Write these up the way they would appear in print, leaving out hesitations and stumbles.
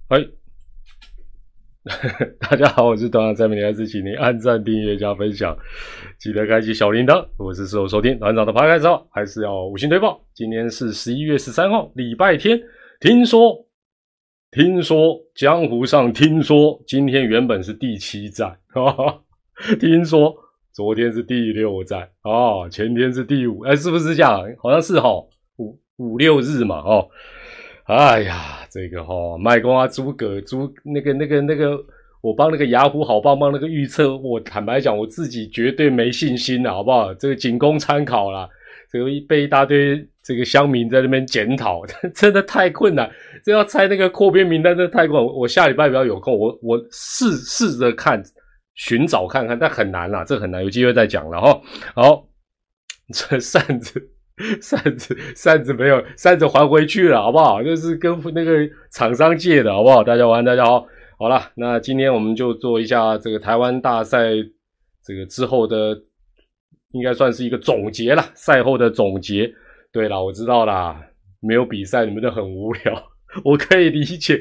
嗨，大家好，我是团长蔡明，还是请您按赞、订阅、加分享，记得开启小铃铛。如果是事后收听团长的 podcast 还是要五星推爆。今天是11月13号，礼拜天。听说江湖上听说今天原本是第7站，听说昨天是第6站前天是第5，是不是这样？好像是5、6日嘛哎呀，这个麦公啊，诸葛那个，我帮那个雅虎好棒棒那个预测，我坦白讲，我自己绝对没信心啦，好不好？这个仅供参考啦。这个被一大堆这个乡民在那边检讨，真的太困难。这要猜那个扩编名单，真的太困难。我下礼拜比较有空，我试着寻找看看，但很难啦，这很难，有机会再讲了齁。好，这扇子没有，扇子还回去了，好不好？就是跟那个厂商借的，好不好？大家晚安，大家好。好啦，那今天我们就做一下这个台湾大赛这个之后的，应该算是一个总结啦，赛后的总结。对啦，我知道啦，没有比赛你们都很无聊，我可以理解。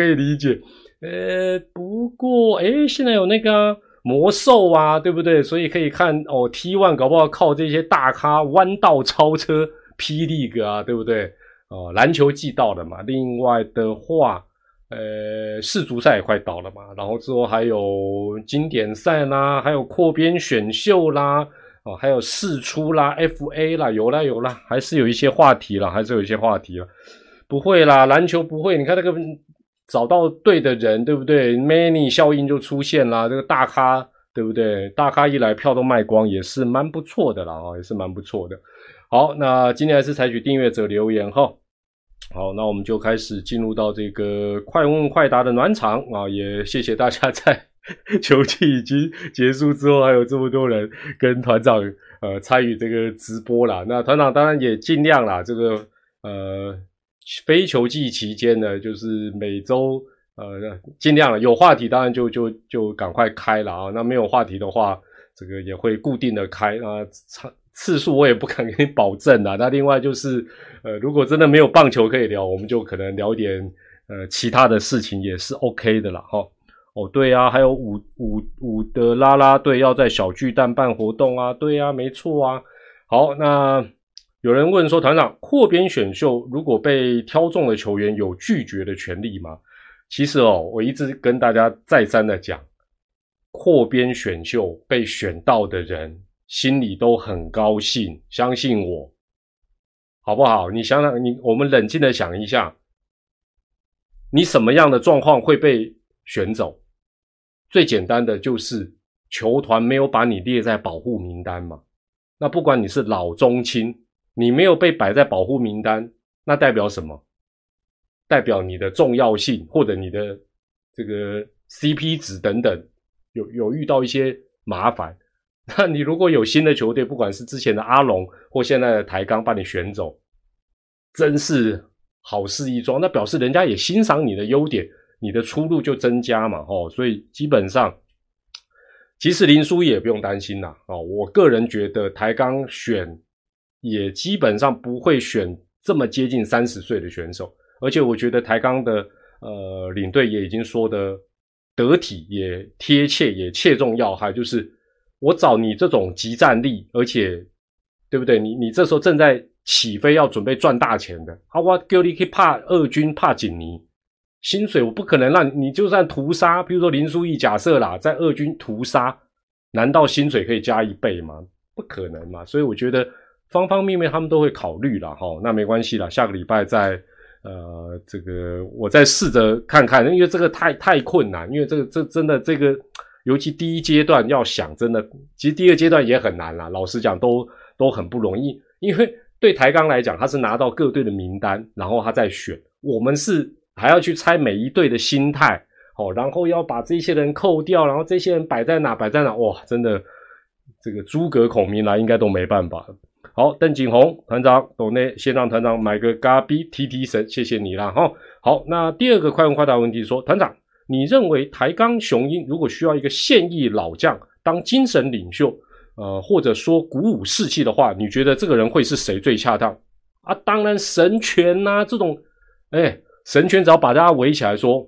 不过现在有那个魔兽啊，对不对？所以可以看T1 搞不好靠这些大咖弯道超车霹雳哥啊，对不对？篮球季到了嘛，另外的话世足赛也快到了嘛，然后之后还有经典赛啦，还有扩编选秀啦，还有世出啦 FA 啦，有啦，还是有一些话题啦。不会啦，篮球不会，你看那个找到对的人，对不对？ Many 效应就出现啦，这个大咖，对不对？大咖一来票都卖光，也是蛮不错的啦，也是蛮不错的。好，那今天还是采取订阅者留言齁。好，那我们就开始进入到这个快问快答的暖场啊！也谢谢大家在球季已经结束之后，还有这么多人跟团长参与这个直播啦。那团长当然也尽量啦，这个非球季期间呢，就是每周尽量了，有话题当然就赶快开了啊。那没有话题的话，这个也会固定的开啊。次数我也不敢给你保证啦。那另外就是如果真的没有棒球可以聊，我们就可能聊点其他的事情也是 OK 的啦对啊，还有五的啦啦队要在小巨蛋办活动啊，对啊，没错啊。好，那有人问说，团长，扩编选秀如果被挑中的球员有拒绝的权利吗？其实我一直跟大家再三的讲，扩编选秀被选到的人心里都很高兴，相信我，好不好？你想想，我们冷静的想一下，你什么样的状况会被选走？最简单的就是球团没有把你列在保护名单嘛。那不管你是老中青，你没有被摆在保护名单，那代表什么？代表你的重要性，或者你的这个 CP 值等等有遇到一些麻烦。那你如果有新的球队，不管是之前的阿龙或现在的台钢把你选走，真是好事一桩，那表示人家也欣赏你的优点，你的出路就增加嘛所以基本上其实林书也不用担心啦我个人觉得台钢选也基本上不会选这么接近30岁的选手，而且我觉得台钢的领队也已经说的得体，也贴切，也切中要害，就是我找你这种即战力，而且对不对？你这时候正在起飞，要准备赚大钱的我叫你去怕二军怕锦尼，薪水我不可能让你就算屠杀，比如说林书义假设啦，在二军屠杀，难道薪水可以加1倍吗？不可能嘛。所以我觉得方方面面他们都会考虑啦那没关系啦，下个礼拜再这个我再试着看看，因为这个太困难，因为这真的这个尤其第一阶段要想，真的其实第二阶段也很难啦，老实讲都很不容易，因为对台钢来讲，他是拿到各队的名单，然后他再选，我们是还要去猜每一队的心态然后要把这些人扣掉，然后这些人摆在哪，哇，真的这个诸葛孔明来应该都没办法。好，邓景宏团长斗内先让团长买个咖啡提神，谢谢你啦好，那第二个快问快答问题说，团长，你认为台钢雄鹰如果需要一个现役老将当精神领袖或者说鼓舞士气的话，你觉得这个人会是谁最恰当当然神权这种神权只要把大家围起来说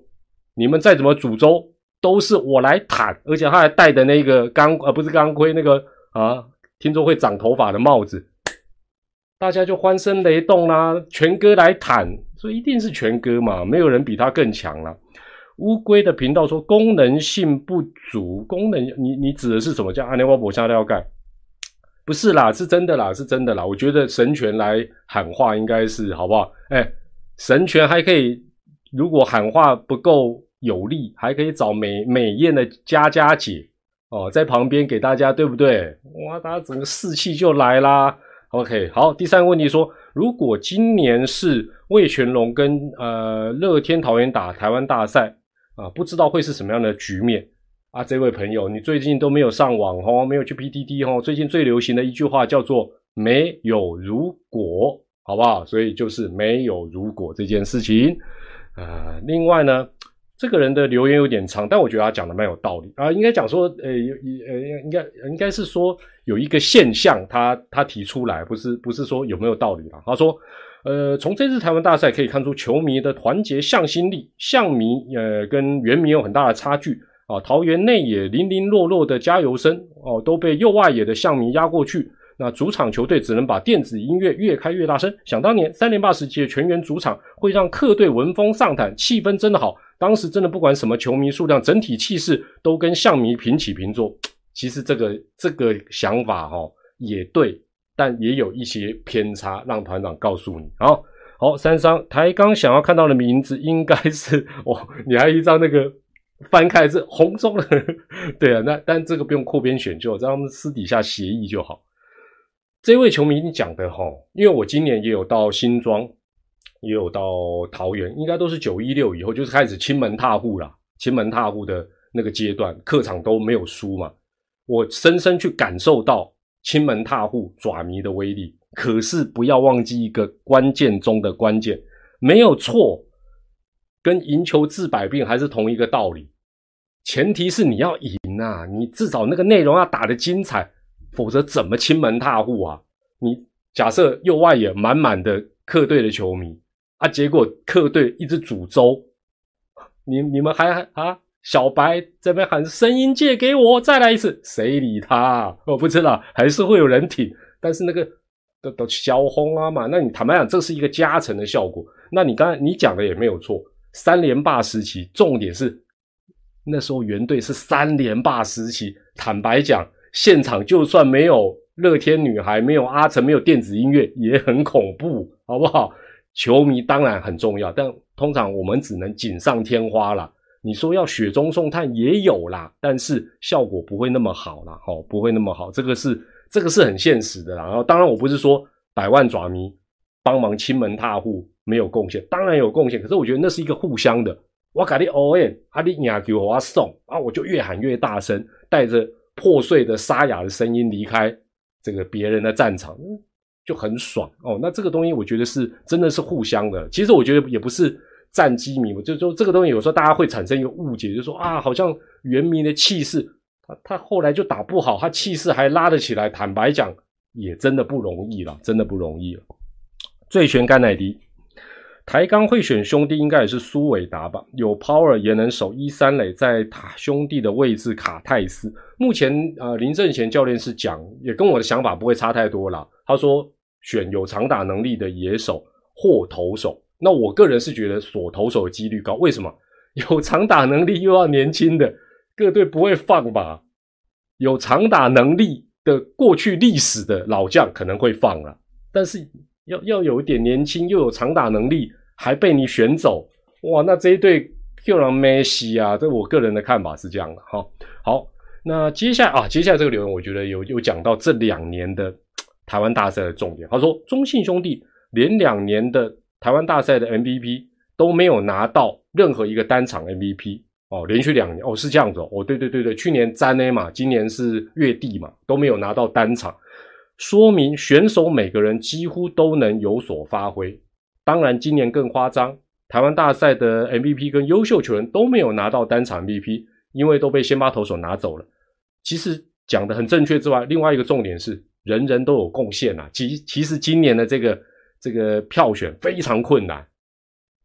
你们再怎么诅咒都是我来坦，而且他还戴的那个不是钢盔，那个听说会长头发的帽子，大家就欢声雷动啦，全哥来坦，所以一定是全哥嘛，没有人比他更强啦。乌龟的频道说功能性不足，功能你指的是什么？叫阿内瓦博下料盖？不是啦，是真的啦，是真的啦。我觉得神权来喊话应该是好不好？神权还可以，如果喊话不够有力，还可以找美艳的佳姐在旁边给大家，对不对？哇，大家整个士气就来啦。OK， 好，第三个问题说，如果今年是味全龙跟乐天桃园打台湾大赛不知道会是什么样的局面这位朋友，你最近都没有上网没有去 PTT最近最流行的一句话叫做没有如果，好不好？所以就是没有如果这件事情。另外呢，这个人的留言有点长，但我觉得他讲的蛮有道理应该讲说应该是说有一个现象他提出来，不是说有没有道理啦。他说从这次台湾大赛可以看出球迷的团结向心力，象迷跟原迷有很大的差距桃园内野零零落落的加油声都被右外野的象迷压过去，那主场球队只能把电子音乐越开越大声。想当年3连霸时期的全员主场会让客队闻风丧胆，气氛真的好，当时真的不管什么球迷数量，整体气势都跟象迷平起平坐。其实这个想法也对，但也有一些偏差，让团长告诉你。好，三商台钢想要看到的名字应该是你还一张那个翻开是红中的对但这个不用扩编选就，让他们私底下协议就好。这位球迷讲的因为我今年也有到新庄，也有到桃园，应该都是916以后就是开始亲门踏户啦，亲门踏户的那个阶段，客场都没有输嘛，我深深去感受到亲门踏户爪迷的威力。可是不要忘记一个关键中的关键，没有错，跟赢球治百病还是同一个道理，前提是你要赢你至少那个内容要打得精彩，否则怎么亲门踏户你假设右外野满满的客队的球迷结果客队一直诅咒你们还小白这边喊声音借给我再来一次，谁理他我不知道，还是会有人挺，但是那个都消轰嘛，那你坦白讲这是一个加成的效果。那你刚才你讲的也没有错，3连霸时期重点是那时候原队是3连霸时期，坦白讲现场就算没有乐天女孩，没有阿成，没有电子音乐也很恐怖，好不好？球迷当然很重要，但通常我们只能锦上添花啦。你说要雪中送炭也有啦，但是效果不会那么好啦，不会那么好，这个是很现实的啦。然后当然我不是说100万爪迷帮忙亲门踏户没有贡献，当然有贡献，可是我觉得那是一个互相的。我给你応援你赢球我送我就越喊越大声，带着破碎的沙哑的声音离开这个别人的战场，就很爽那这个东西我觉得是真的是互相的。其实我觉得也不是战机迷，就这个东西有时候大家会产生一个误解，就是说好像原迷的气势他后来就打不好，他气势还拉得起来，坦白讲也真的不容易了，真的不容易了。醉拳甘乃迪台钢会选兄弟应该也是苏伟达吧，有 power 也能守1、3垒，在兄弟的位置卡泰斯。目前林正贤教练是讲，也跟我的想法不会差太多啦。他说选有长打能力的野手或投手，那我个人是觉得锁投手的几率高。为什么？有长打能力又要年轻的，各队不会放吧？有长打能力的过去历史的老将可能会放啦，但是要有一点年轻又有长打能力还被你选走，哇，那这一队就让梅西这我个人的看法是这样的。好，那接下来这个留言我觉得有讲到这2年的台湾大赛的重点。他说中信兄弟连2年的台湾大赛的 MVP 都没有拿到任何一个单场 MVP连续2年是这样子对，去年詹 A 嘛，今年是月帝嘛，都没有拿到单场，说明选手每个人几乎都能有所发挥。当然今年更夸张，台湾大赛的 MVP 跟优秀球员都没有拿到单场 MVP， 因为都被先发投手拿走了。其实讲得很正确之外，另外一个重点是人人都有贡献其实今年的这个票选非常困难，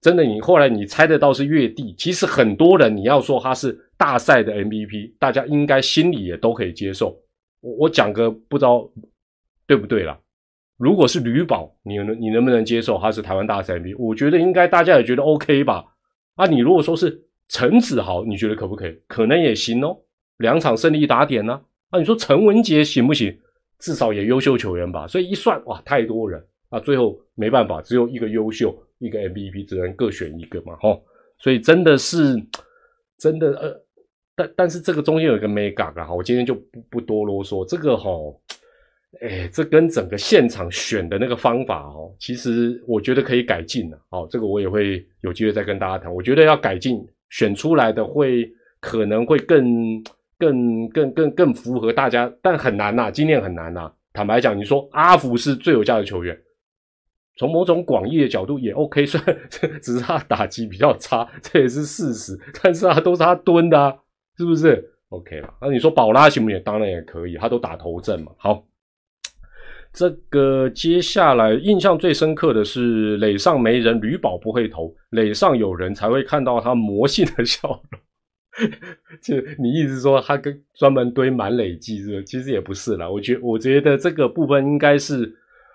真的你后来你猜得到是越地，其实很多人你要说他是大赛的 MVP， 大家应该心里也都可以接受。我讲个不知道对不对啦，如果是吕宝，你能不能接受他是台湾大赛 MVP？ 我觉得应该大家也觉得 OK 吧。啊，你如果说是陈子豪，你觉得可不可以？可能也行哦，2场胜利打点呢。啊，你说陈文杰行不行？至少也优秀球员吧。所以一算，哇，太多人啊，最后没办法，只有一个优秀，一个 MVP， 只能各选一个嘛，齁。所以真的是，真的但是这个中间有一个 mega 啦，我今天就不多啰嗦。这个这跟整个现场选的那个方法其实我觉得可以改进的。这个我也会有机会再跟大家谈。我觉得要改进，选出来的可能会更符合大家，但很难呐，今年很难呐。坦白讲，你说阿福是最有价的球员，从某种广义的角度也 OK， 虽然只是他打击比较差，这也是事实，但是都是他蹲的啊，是不是 ？OK 啦。那你说宝拉行不行？当然也可以，他都打头阵嘛。好，这个接下来印象最深刻的是垒上没人，吕宝不会投，垒上有人才会看到他魔性的笑容。就你意思说他跟专门堆满垒技是不是？其实也不是啦，我觉得这个部分应该是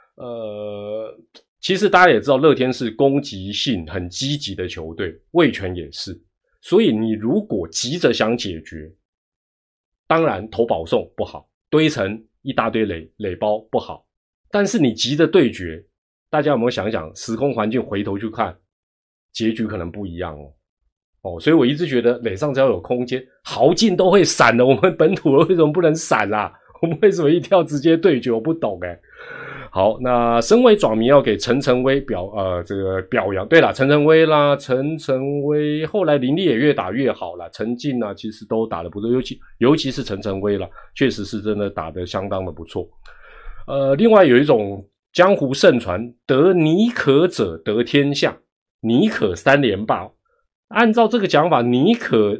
其实大家也知道乐天是攻击性很积极的球队，味全也是，所以你如果急着想解决，当然投保送不好，堆成一大堆垒包不好，但是你急着对决，大家有没有想一想时空环境回头去看，结局可能不一样所以我一直觉得垒上只要有空间，豪进都会闪的，我们本土的为什么不能闪啦？我们为什么一定要直接对决？我不懂好，那身为爪迷要给陈晨威这个表扬。对啦，陈晨威啦，陈晨威后来林立也越打越好啦，陈进啊其实都打得不错，尤其是陈晨威啦，确实是真的打得相当的不错。另外有一种江湖盛传，得尼可者得天下，尼可3连霸。按照这个讲法，尼可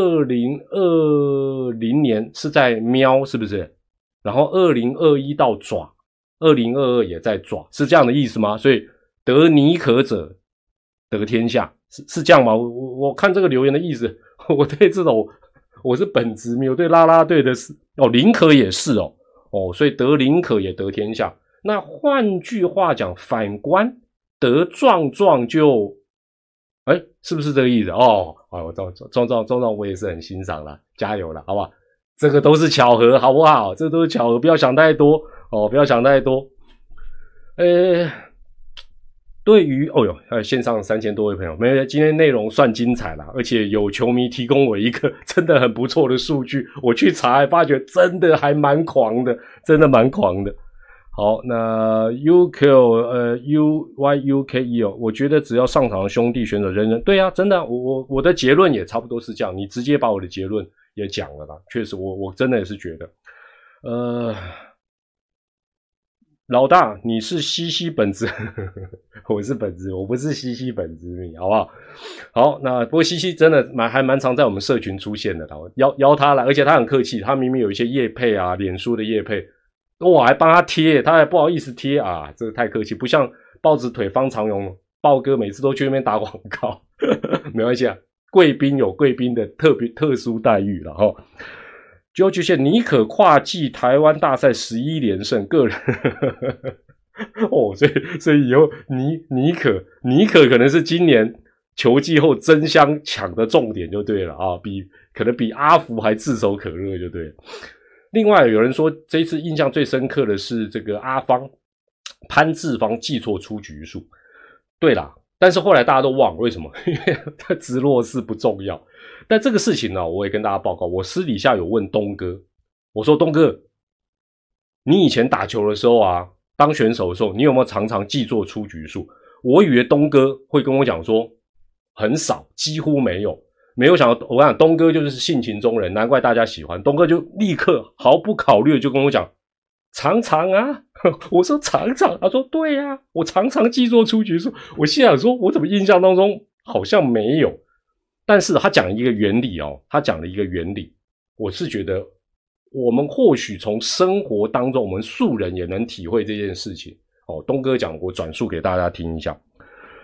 2020年是在喵，是不是？然后2021到爪，2022也在爪，是这样的意思吗？所以得尼可者得天下，是这样吗？我看这个留言的意思，我对这种我是本职迷，我对啦啦队的是林可也是所以得林可也得天下。那换句话讲，反观得壮壮就是不是这个意思我壮我也是很欣赏啦，加油啦，好不好？这个都是巧合，好不好？这都是巧合，不要想太多不要想太多。对于线上3000多位朋友，今天内容算精彩啦，而且有球迷提供我一个真的很不错的数据，我去查还发觉真的还蛮狂的，真的蛮狂的。好，那 UYUKE 我觉得只要上场的兄弟选手人人对啊，真的我的结论也差不多是这样，你直接把我的结论也讲了啦，确实我真的也是觉得老大你是西西本质我是本质，我不是西西本质迷，好不好？好，那不过西西真的还蛮常在我们社群出现的啦，邀他来，而且他很客气，他明明有一些业配啊，脸书的业配我还帮他贴，他还不好意思贴啊，这个太客气，不像豹子腿方长勇豹哥每次都去那边打广告没关系啊，贵宾有贵宾的特殊待遇啦就局限尼可跨季台湾大赛11连胜，个人所以以后尼可可能是今年球季后争相抢的重点就对了可能比阿福还炙手可热就对了。另外有人说这一次印象最深刻的是这个阿方潘志芳记错出局数，对啦，但是后来大家都忘了，为什么？因为他直落是不重要。但这个事情呢，我也跟大家报告，我私底下有问东哥，我说东哥，你以前打球的时候啊，当选手的时候，你有没有常常记错出局数？我以为东哥会跟我讲说很少，几乎没有。没有想到，我想东哥就是性情中人，难怪大家喜欢。东哥就立刻毫不考虑的就跟我讲，常常啊，我说常常，他说对啊，我常常记错出局数。我心想说，我怎么印象当中好像没有？但是他讲一个原理他讲了一个原理，我是觉得我们或许从生活当中，我们素人也能体会这件事情东哥讲，我转述给大家听一下。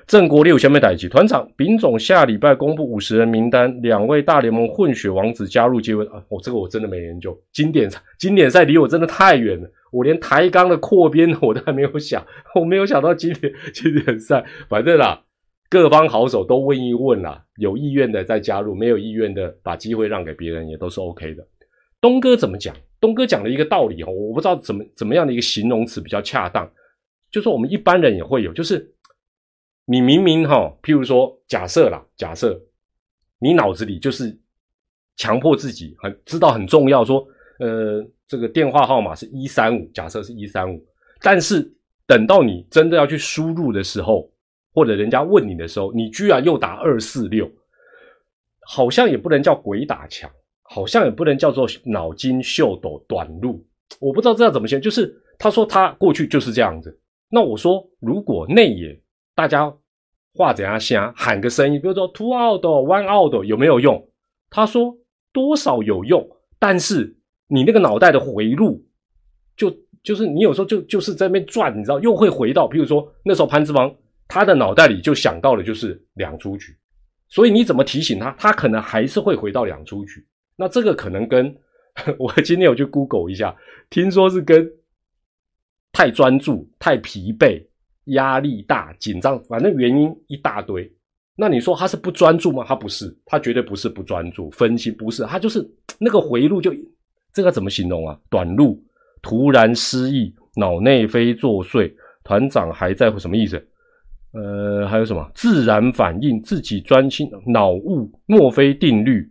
郑国六下面代志，团长丙总下礼拜公布50人名单，2位大联盟混血王子加入接位啊！这个我真的没研究。经典赛离我真的太远了，我连台钢的扩编我都还没有想，我没有想到经典赛。反正啦，各方好手都问一问啦，有意愿的再加入，没有意愿的把机会让给别人也都是 OK 的。东哥怎么讲？东哥讲了一个道理我不知道怎么样的一个形容词比较恰当，就是我们一般人也会有，就是你明明譬如说假设你脑子里就是强迫自己知道很重要说这个电话号码是135，假设是135，但是等到你真的要去输入的时候，或者人家问你的时候，你居然又打246，好像也不能叫鬼打墙，好像也不能叫做脑筋秀抖短路，我不知道这要怎么写，就是他说他过去就是这样子，那我说如果内野大家话怎样瞎喊个声音，比如说 two out one out 有没有用？他说多少有用，但是你那个脑袋的回路就是你有时候就是在那边转，你知道又会回到，譬如说那时候潘之芳他的脑袋里就想到的就是2出局，所以你怎么提醒他可能还是会回到2出局。那这个可能跟我今天有去 Google 一下，听说是跟太专注、太疲惫、压力大、紧张，反正原因一大堆。那你说他是不专注吗？他不是，他绝对不是不专注，分心不是，他就是那个回路就这个怎么形容啊？短路、突然失忆、脑内啡作祟，团长还在什么意思？还有什么自然反应、自己专心、脑雾、墨菲定律。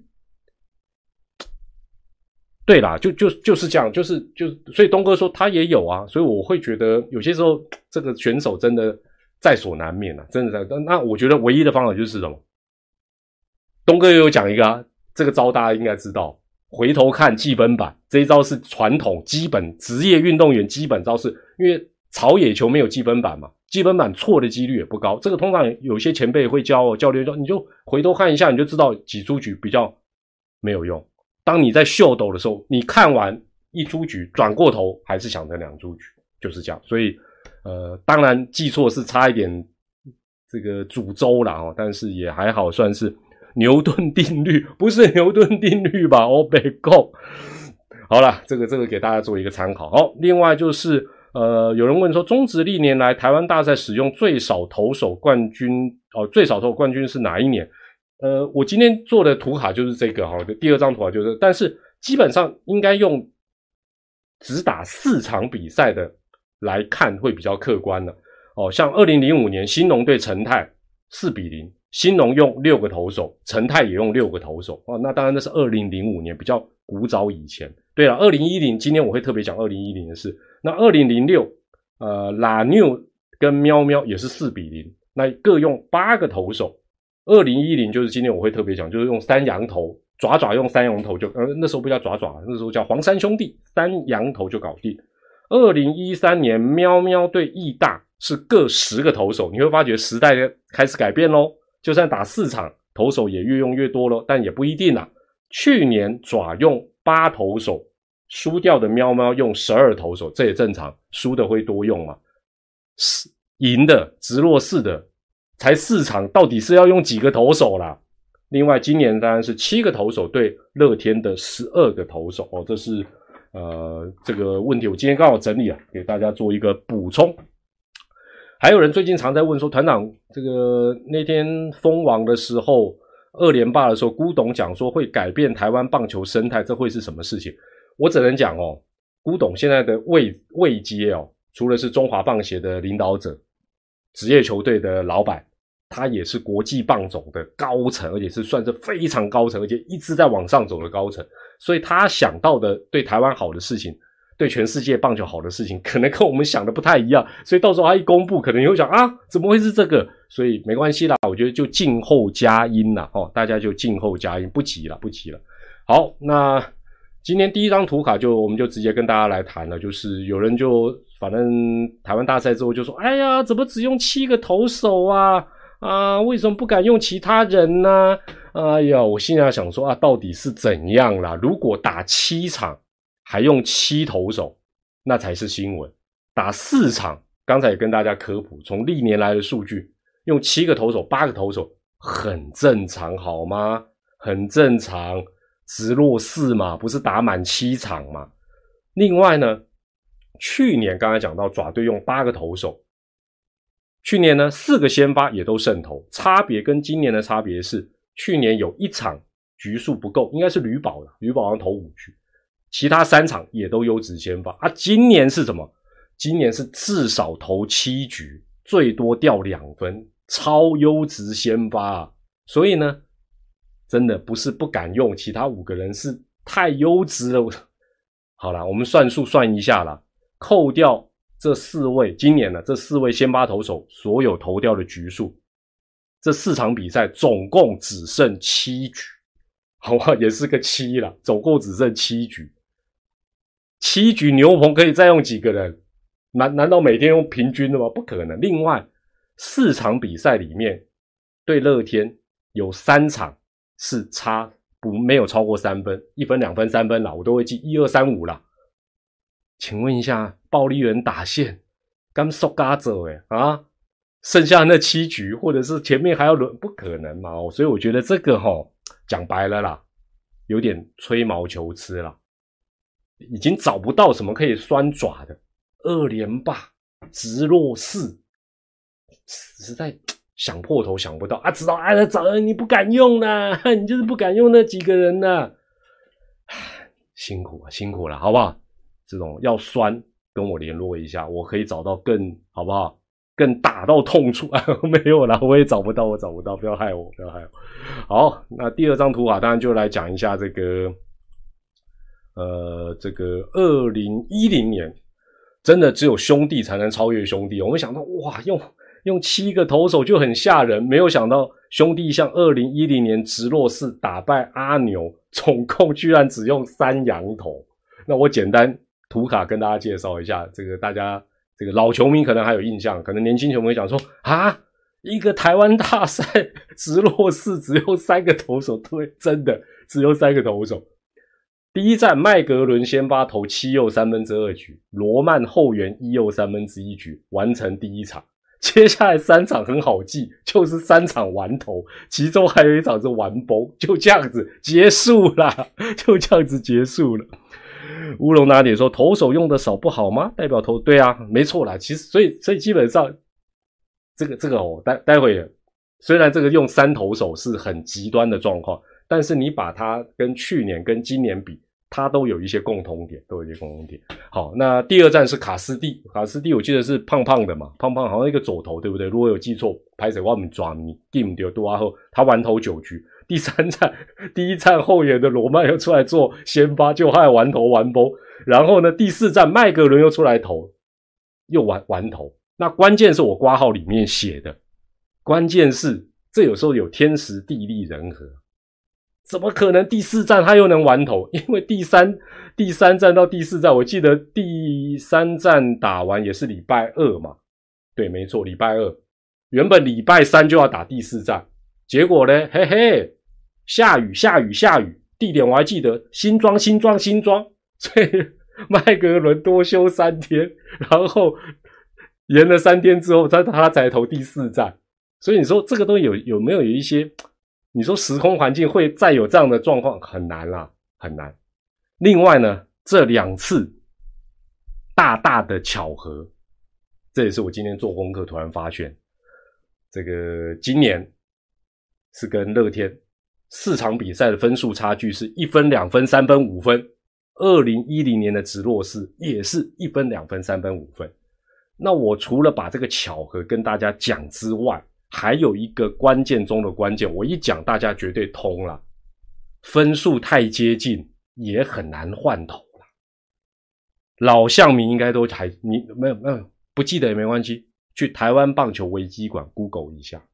对啦，就是这样，所以东哥说他也有啊，所以我会觉得有些时候这个选手真的在所难免啊，真的在。那我觉得唯一的方法就是什么？东哥也有讲一个啊，这个招大家应该知道，回头看记分板，这一招是传统基本职业运动员基本招式，因为草野球没有记分板嘛，记分板错的几率也不高。这个通常有些前辈会教教练说，你就回头看一下，你就知道几出局比较没有用。当你在秀抖的时候，你看完1出局，转过头还是想着2出局，就是这样。所以当然记错是差一点这个诅咒啦但是也还好，算是牛顿定律，不是牛顿定律吧？北够。好啦，这个给大家做一个参考。好，另外就是有人问说，中职历年来台湾大赛使用最少投手冠军最少投手冠军是哪一年？我今天做的图卡就是这个第2张图卡就是，但是基本上应该用只打4场比赛的来看会比较客观的像2005年兴农对陈泰4-0，兴农用6个投手，陈泰也用6个投手那当然那是2005年，比较古早以前。对了，2010今天我会特别讲2010的事。那2006拉纽跟喵喵也是4-0，那各用8个投手。2010就是今天我会特别讲，就是用3洋投，爪用3洋投就那时候不叫爪，那时候叫黄山兄弟，3洋投就搞定。2013年喵喵对义大是各10个投手，你会发觉时代开始改变咯，就算打4场投手也越用越多咯，但也不一定啦。去年爪用8投手，输掉的喵喵用12投手，这也正常，输的会多用嘛。赢的直落4的才4场，到底是要用几个投手啦？另外今年当然是7个投手对乐天的12个投手这是这个问题我今天刚好整理给大家做一个补充。还有人最近常在问说，团长这个那天封王的时候2连霸的时候，辜董讲说会改变台湾棒球生态，这会是什么事情？我只能讲辜董现在的位阶除了是中华棒协的领导者，职业球队的老板，他也是国际棒总的高层，而且是算是非常高层，而且一直在往上走的高层，所以他想到的对台湾好的事情，对全世界棒球好的事情，可能跟我们想的不太一样，所以到时候他一公布，可能你会想怎么会是这个？所以没关系啦，我觉得就静候佳音啦大家就静候佳音，不急了。好，那今天第1张图卡我们就直接跟大家来谈了，就是有人就反正台湾大赛之后就说，哎呀，怎么只用7个投手为什么不敢用其他人呢？哎呀，我现在想说到底是怎样啦？如果打7场还用7投手，那才是新闻。打4场，刚才也跟大家科普，从历年来的数据， 用7个投手、8个投手，很正常好吗？很正常，直落4嘛，不是打满7场嘛。另外呢，去年刚才讲到爪队用8个投手，去年呢4个先发也都胜投，差别跟今年的差别是，去年有1场局数不够，应该是吕宝啦，吕宝好像投5局，其他3场也都优质先发啊。今年是什么？今年是至少投7局，最多掉2分，超优质先发啊。所以呢，真的不是不敢用，其他5个人是太优质了。好啦，我们算数算一下啦，扣掉这4位，今年呢这4位先发投手所有投掉的局数，这4场比赛总共只剩7局，好吧，也是个7啦，总共只剩7局。7局牛棚可以再用几个人？难道每天用平均的吗？不可能。另外4场比赛里面，对乐天有3场是没有超过3分，1分、2分、3分啦，我都会记1、2、3、5啦。请问一下，暴力人打线刚收嘎走啊，剩下那7局，或者是前面还要轮，不可能嘛。所以我觉得这个讲白了啦，有点吹毛求疵啦，已经找不到什么可以酸爪的2连霸直落4，实在想破头想不到啊！知道啊，你不敢用啦，你就是不敢用那几个人啦，辛苦了，好不好？这种要酸跟我联络一下，我可以找到更好不好？更打到痛处啊！没有啦，我也找不到，不要害我。好，那第2张图啊，当然就来讲一下这个2010年，真的只有兄弟才能超越兄弟。我们想到哇，用7个投手就很吓人，没有想到兄弟像2010年直落4打败阿牛，总共居然只用3洋投。那我简单图卡跟大家介绍一下，这个大家这个老球迷可能还有印象，可能年轻球迷会讲说啊，一个台湾大赛直落4只用3个投手，对，真的只有3个投手。第一战麦格伦先发投7又2/3局，罗曼后援1又1/3局，完成第1场。接下来3场很好记，就是3场完投，其中还有1场是完崩，就这样子结束啦，乌龙拿铁说投手用的少不好吗？代表投对啊，没错啦。其实所以基本上这个待会虽然这个用3投手是很极端的状况，但是你把它跟去年跟今年比，它都有一些共同点，好，那第2战是卡斯蒂我记得是胖胖的嘛，胖好像一个左投，对不对？如果有记错，拍谁我们抓你 game 丢多后，他完投9局。第3战，第1战后援的罗曼又出来做先发，就还完投完崩。然后呢，第4战麦格伦又出来投，又完投。那关键是我括号里面写的，关键是这有时候有天时地利人和。怎么可能第4战他又能完投？因为第三战到第4战，我记得第3战打完也是礼拜2嘛。对，没错，礼拜2。原本礼拜3就要打第4战，结果呢，嘿嘿，下雨，地点我还记得，新庄，所以麦格伦多休3天，然后延了3天之后，他才投第4战。所以你说这个东西有没有一些？你说时空环境会再有这样的状况，很难啦，很难。另外呢，这2次大的巧合，这也是我今天做功课突然发现，这个今年是跟乐天4场比赛的分数差距是1分、2分、3分、5分。2010年的直落4也是1分、2分、3分、5分。那我除了把这个巧合跟大家讲之外，还有一个关键中的关键，我一讲大家绝对通了。分数太接近也很难换头了。老象迷应该都你没有不记得也没关系，去台湾棒球危机馆 Google 一下，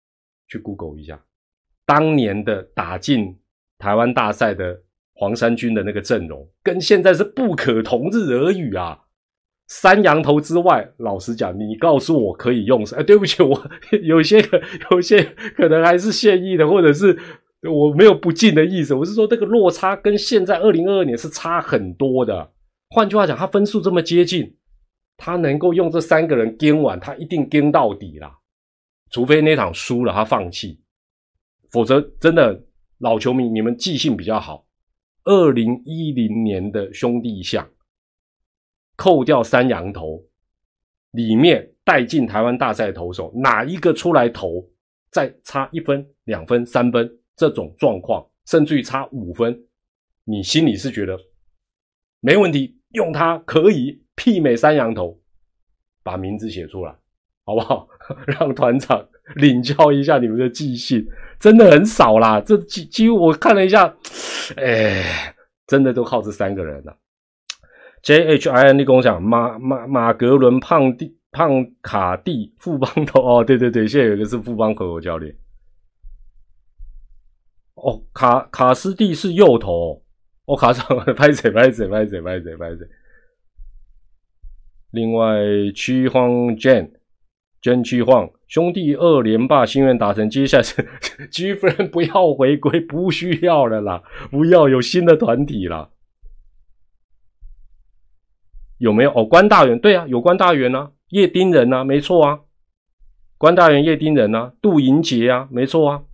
当年的打进台湾大赛的黄衫军的那个阵容，跟现在是不可同日而语啊。3洋投之外，老实讲，你告诉我可以用对不起，我有些可能还是现役的，或者是我没有不敬的意思，我是说这个落差跟现在2022年是差很多的。换句话讲，他分数这么接近，他能够用这3个人跟完，他一定跟到底啦。 除非那场输了他放弃，否则真的老球迷你们记性比较好，2010年的兄弟象扣掉三洋投里面带进台湾大赛的投手哪一个出来投再差1分2分3分这种状况，甚至于差5分，你心里是觉得没问题，用它可以媲美三洋投，把名字写出来好不好？让团长领教一下你们的记性，真的很少啦，这几乎我看了一下，真的都靠这3个人啦。JHIN 跟我讲马格伦胖卡蒂富邦投哦，对，现在有一个是富邦口口教练哦，卡斯蒂是右投哦，卡上拍谁。另外区荒 Jen 区荒兄弟2连霸心愿达成，接下来是 G-Friend 不要回归，不需要了啦，不要有新的团体啦。有没有哦？关大元，对啊，有关大元啊，叶丁人啊，没错啊，关大元、叶丁人啊，杜银杰啊，没错啊。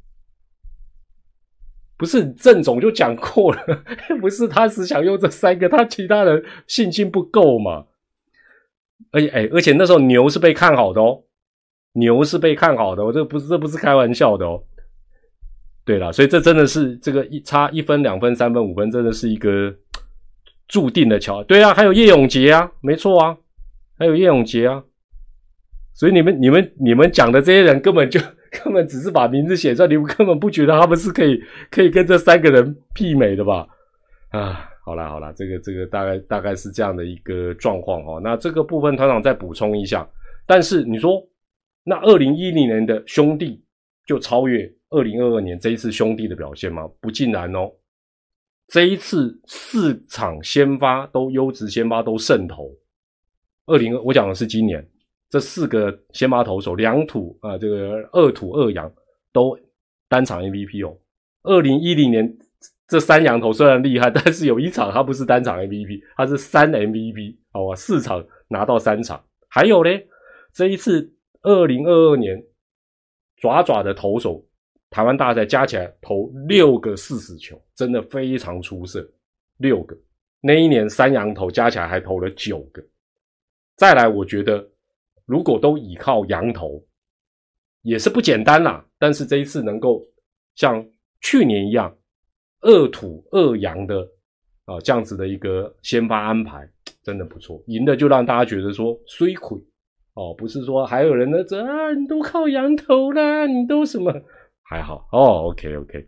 不是郑总就讲过了，不是他只想用这3个，他其他人信心不够嘛。而且那时候牛是被看好的哦，这不是开玩笑的哦。对啦，所以这真的是这个差1分2分3分5分，真的是一个注定的桥。对啊，还有叶永杰啊，没错啊，还有叶永杰啊。所以你们讲的这些人根本只是把名字写出来，你们根本不觉得他们是可以跟这3个人媲美的吧？啊，好啦，这个大概是这样的一个状况齁。那这个部分团长再补充一下，但是你说那2010年的兄弟就超越2022年这一次兄弟的表现吗？不尽然哦。这一次4场先发都优质先发都胜投，我讲的是今年这4个先发投手2土这个2土2洋都单场 MVP 哦。2010年这3洋投虽然厉害，但是有1场他不是单场 MVP， 他是3 MVP 好吧，4场拿到3场。还有咧，这一次2022年爪的投手台湾大赛加起来投6个40球，真的非常出色，6个。那一年3洋投加起来还投了9个。再来我觉得如果都倚靠洋投也是不简单啦，但是这一次能够像去年一样2土2洋的这样子的一个先发安排真的不错，赢的就让大家觉得说虽亏不是说还有人呢你都靠洋投啦，你都什么还好OK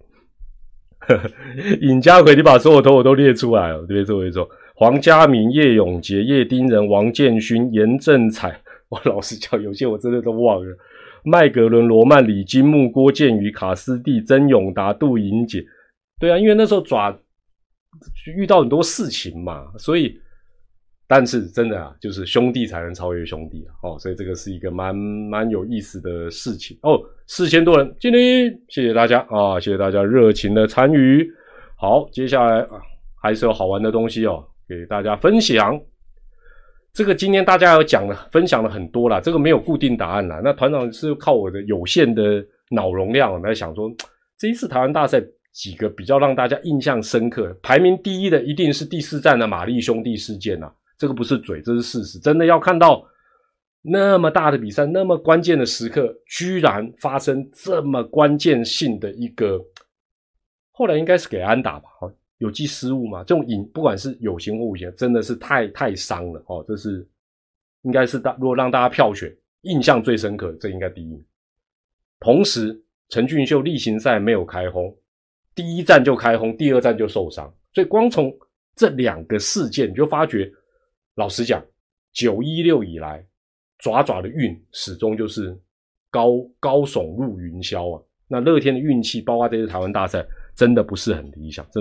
尹家奎你把所有投我都列出来了，对，没错，黄家明、叶永杰、叶丁人、王建勋、严正彩，我老实讲有些我真的都忘了，麦格伦、罗曼、李金木、郭建宇、卡斯蒂、曾永达、杜银杰。对啊，因为那时候遇到很多事情嘛，所以但是真的啊，就是兄弟才能超越兄弟所以这个是一个蛮有意思的事情4000多人敬礼，谢谢大家谢谢大家热情的参与。好，接下来还是有好玩的东西给大家分享。这个今天大家有分享了很多啦，这个没有固定答案啦。那团长是靠我的有限的脑容量来想说，这一次台湾大赛几个比较让大家印象深刻，排名第一的一定是第4站的玛丽兄弟事件啊，这个不是嘴，这是事实。真的要看到那么大的比赛，那么关键的时刻，居然发生这么关键性的一个，后来应该是给安打吧，有记失误嘛，这种不管是有形或无形，真的是太伤了这是应该是如果让大家票选印象最深刻，这应该第一名。同时陈俊秀例行赛没有开轰，第1站就开轰，第2站就受伤，所以光从这2个事件你就发觉，老实讲916以来爪的运始终就是高耸入云霄啊。那乐天的运气包括这次台湾大赛真的不是很理想，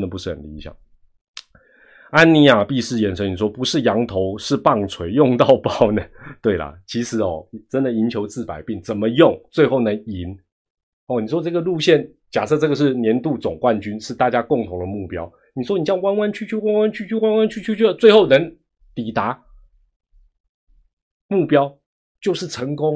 安尼亚必是眼神你说不是羊头是棒槌用到爆呢？对啦，其实真的赢球治百病，怎么用最后能赢你说这个路线，假设这个是年度总冠军，是大家共同的目标，你说你这样弯弯曲曲最后能抵达目标就是成功啊，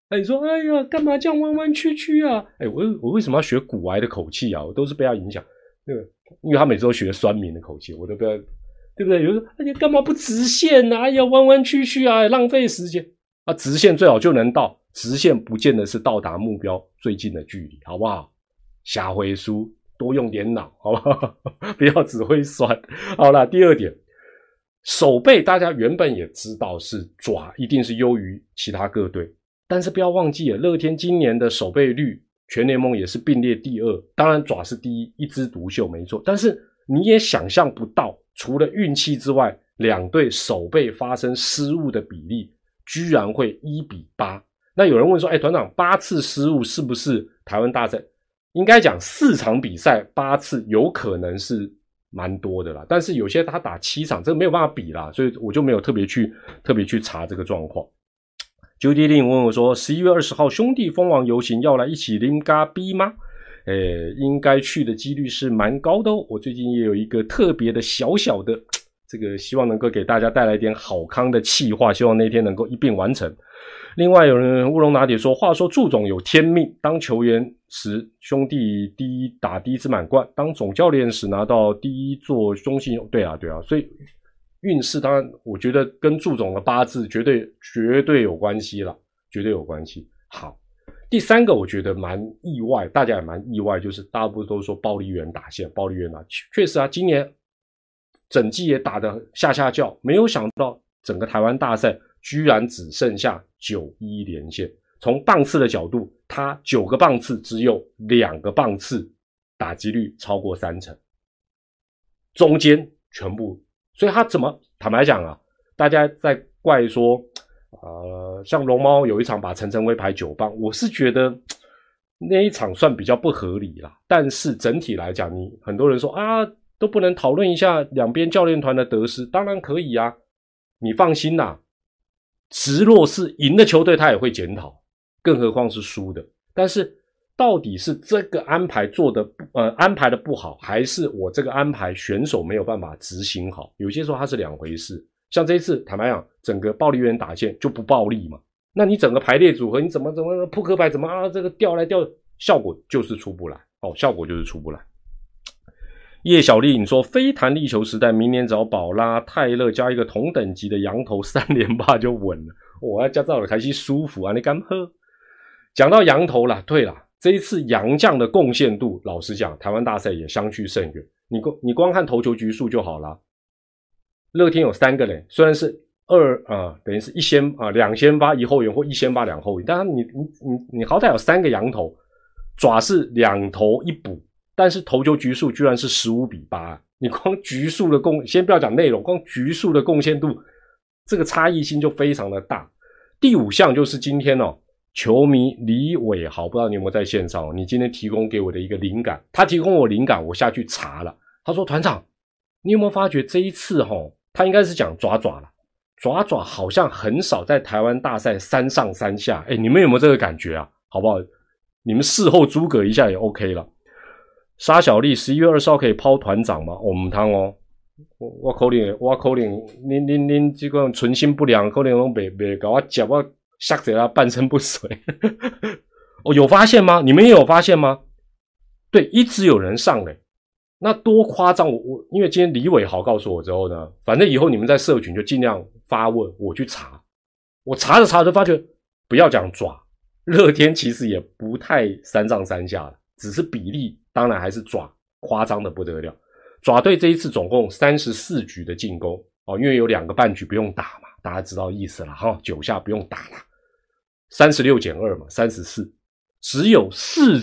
你说哎呀，干嘛这样弯弯曲曲啊？我为什么要学古癌的口气啊？我都是被他影响，对吧？因为他每次都学酸民的口气，我都不要，对不对？有人说，哎呀，干嘛不直线啊？哎呀，弯弯曲曲啊，浪费时间啊！直线最好就能到，直线不见得是到达目标最近的距离，好不好？瞎回书，多用点脑，好不好？不要只会酸。好啦，第二点。守备大家原本也知道是爪一定是优于其他各队，但是不要忘记了，乐天今年的守备率全联盟也是并列第2，当然爪是第1，一枝独秀没错，但是你也想象不到，除了运气之外，两队守备发生失误的比例居然会1:8。那有人问说，团长8次失误是不是台湾大赛？应该讲4场比赛8次有可能是蛮多的啦，但是有些他打7场，这个没有办法比啦，所以我就没有特别去查这个状况。Judy Lin 问我说，11月20号兄弟蜂王游行要来一起啉咖啡吗？应该去的几率是蛮高的哦。我最近也有一个特别的小小的这个，希望能够给大家带来一点好康的企划，希望那天能够一并完成。另外有人乌龙拿铁说，话说祝总有天命，当球员时兄弟打第一支满贯，当总教练时拿到第1座中信，对啊，所以运势当然我觉得跟祝总的八字绝对有关系啦，绝对有关系。好，第3个我觉得蛮意外，大家也蛮意外，就是大部分都说暴力员打线，暴力员打，确实啊，今年整季也打得下叫，没有想到整个台湾大赛居然只剩下9-1连线。从棒次的角度，他9个棒次只有2个棒次打击率超过30%，中间全部，所以他怎么坦白讲啊？大家在怪说，像龙猫有一场把陈晨威排9棒，我是觉得那一场算比较不合理啦。但是整体来讲，你很多人说啊，都不能讨论一下两边教练团的得失，当然可以啊，你放心啦。直落是赢的球队他也会检讨，更何况是输的。但是到底是这个安排做的安排的不好，还是我这个安排选手没有办法执行好？有些时候它是两回事。像这一次坦白讲，整个暴力员打线就不暴力嘛，那你整个排列组合，你怎么扑克牌怎么这个调来调，效果就是出不来效果就是出不来。叶小丽，你说非弹力球时代，明年找宝拉、泰勒加一个同等级的羊头3连霸就稳了。我要加到了开心舒服啊，你敢喝？讲到羊头啦，对啦，这一次洋将的贡献度，老实讲，台湾大赛也相去甚远。你光看投球局数就好啦。乐天有3个人，虽然是等于是2先发1后援或1先发2后援，但是你好歹有3个洋头，爪是2投1补。但是投球局数居然是15:8，你光局数的先不要讲内容，光局数的贡献度，这个差异性就非常的大。第5项就是今天球迷李伟豪，不知道你有没有在线上你今天提供给我的一个灵感，他提供我灵感，我下去查了。他说团长，你有没有发觉这一次他应该是讲爪啦，爪好像很少在台湾大赛3上3下，你们有没有这个感觉啊？好不好？你们事后诸葛一下也 OK 了。沙小丽11月20号可以抛团长吗？我们汤我可能您这个存心不良，可能都没搞我讲我吓死他半身不遂。有发现吗？你们也有发现吗？对，一直有人上嘞，那多夸张！我因为今天李伟豪告诉我之后呢，反正以后你们在社群就尽量发问，我去查。我查着就发觉，不要讲爪，乐天其实也不太3上3下了，只是比例。当然还是爪夸张的不得了，爪队这一次总共34局的进攻因为有2个半局不用打嘛，大家知道意思了9下不用打了，36-2嘛，34，只有4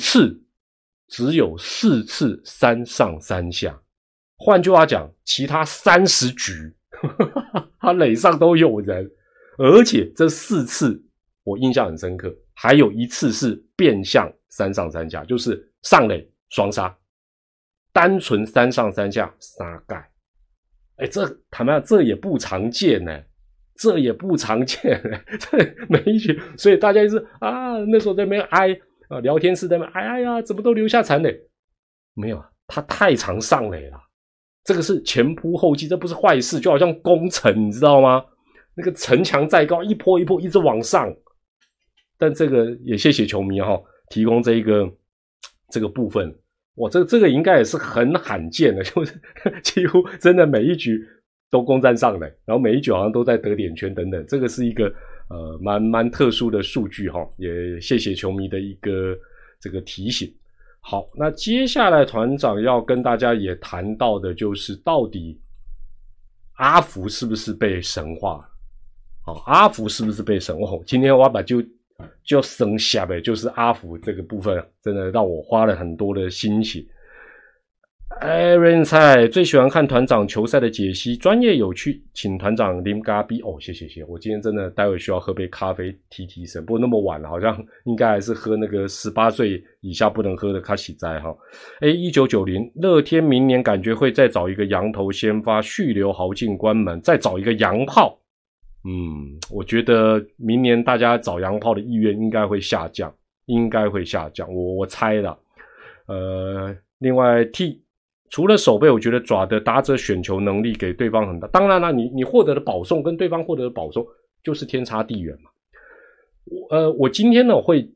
次3上3下，换句话讲，其他30局他垒上都有人，而且这4次我印象很深刻，还有1次是变相3上3下，就是上垒双杀，单纯3上3下杀盖，这坦白讲这也不常见呢，这每一局，所以大家就是那时候在那边哀聊天室在那边哎呀，怎么都留下残垒？没有，他太常上垒了，这个是前仆后继，这不是坏事，就好像工程，你知道吗？那个城墙再高，一波一波一直往上， 但这个也谢谢球迷提供这个部分。哇，这个应该也是很罕见的，就是几乎真的每一局都攻占上来，然后每一局好像都在得点圈等等，这个是一个蛮特殊的数据也谢谢球迷的一个这个提醒。好，那接下来团长要跟大家也谈到的就是到底阿福是不是被神化了？阿福是不是被神化？今天我把就生下呗，就是阿福这个部分真的让我花了很多的心血。Aaron 蔡最喜欢看团长球赛的解析，专业有趣，请团长啉咖啡谢谢。我今天真的待会需要喝杯咖啡提神，不过那么晚了，好像应该还是喝那个18岁以下不能喝的卡喜斋1990乐天明年感觉会再找一个洋投先发，续留豪进关门，再找一个洋炮。我觉得明年大家找洋炮的意愿应该会下降，我猜的。另外 T 除了守备，我觉得爪的打者选球能力给对方很大。当然啦，你获得的保送跟对方获得的保送就是天差地远嘛。我今天呢会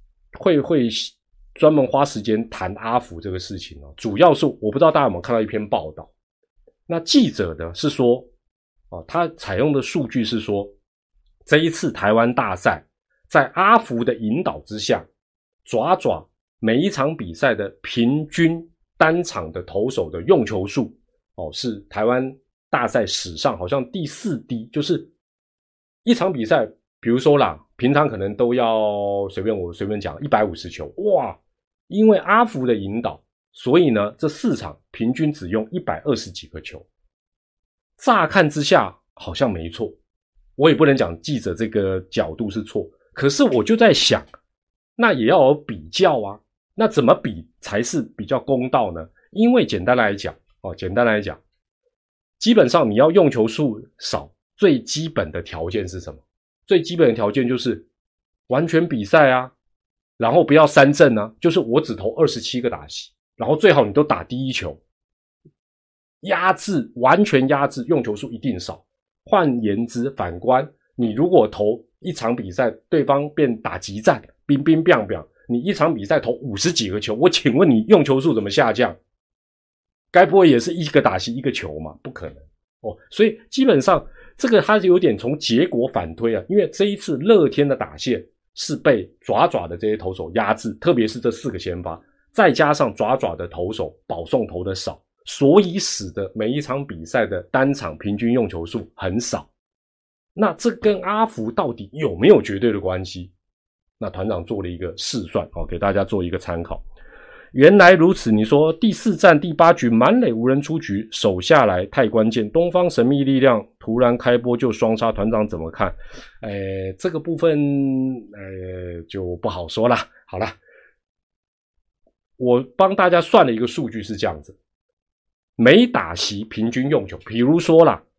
专门花时间谈阿福这个事情主要是我不知道大家有没有看到一篇报道，那记者呢是说他采用的数据是说，这一次台湾大赛在阿福的引导之下，爪每一场比赛的平均单场的投手的用球数是台湾大赛史上好像第4低，就是一场比赛比如说啦，平常可能都要随便讲150球，哇，因为阿福的引导，所以呢这4场平均只用120几个球。乍看之下好像没错，我也不能讲记者这个角度是错，可是我就在想，那也要有比较啊，那怎么比才是比较公道呢？因为简单来讲，基本上你要用球数少，最基本的条件是什么？最基本的条件就是完全比赛啊，然后不要三振啊，就是我只投27个打席，然后最好你都打第一球。完全压制，用球数一定少。换言之，反观你如果投一场比赛，对方变打击战，冰冰冰冰，你一场比赛投50几个球，我请问你用球数怎么下降？该不会也是一个打席一个球嘛？不可能所以基本上这个它有点从结果反推啊，因为这一次乐天的打线是被爪的这些投手压制，特别是这4个先发，再加上爪的投手保送投的少，所以使得每一场比赛的单场平均用球数很少。那这跟阿福到底有没有绝对的关系？那团长做了一个试算给大家做一个参考。原来如此，你说第4战第8局满垒无人出局，守下来太关键，东方神秘力量突然开波就双杀，团长怎么看？这个部分就不好说啦。好啦，我帮大家算了一个数据是这样子，每打席平均用球，比如说啦，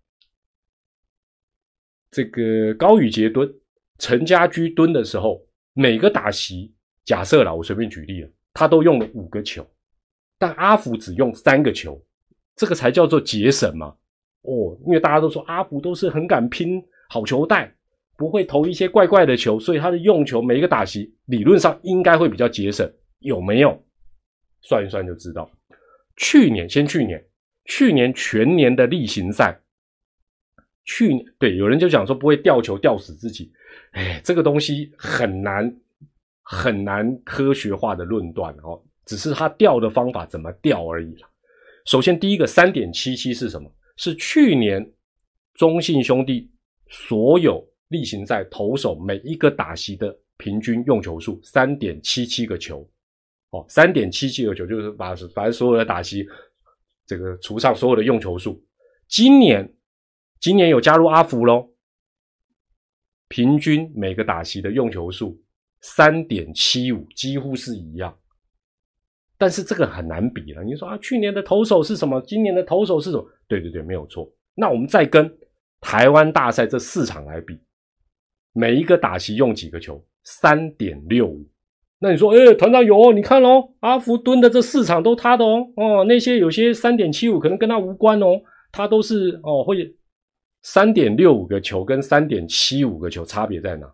这个高宇杰蹲、陈家驹蹲的时候，每个打席，假设啦，我随便举例了，他都用了5个球，但阿福只用3个球，这个才叫做节省嘛。因为大家都说阿福都是很敢拼好球带，不会投一些怪怪的球，所以他的用球每一个打席理论上应该会比较节省，有没有？算一算就知道。去年全年的例行赛，对，有人就讲说不会吊球吊死自己，这个东西很难科学化的论断只是他吊的方法怎么吊而已啦。首先第一个 3.77 是什么？是去年中信兄弟所有例行赛投手每一个打席的平均用球数 3.77 个球3.77 个球，就是把反正所有的打席这个除上所有的用球数。今年有加入阿福咯，平均每个打席的用球数 3.75， 几乎是一样。但是这个很难比了，你说去年的投手是什么，今年的投手是什么？对，没有错。那我们再跟台湾大赛这4场来比，每一个打席用几个球？ 3.65。那你说团长有你看阿福蹲的这4场都他的那些有些 3.75 可能跟他无关他都是会 3.65 个球跟 3.75 个球差别在哪？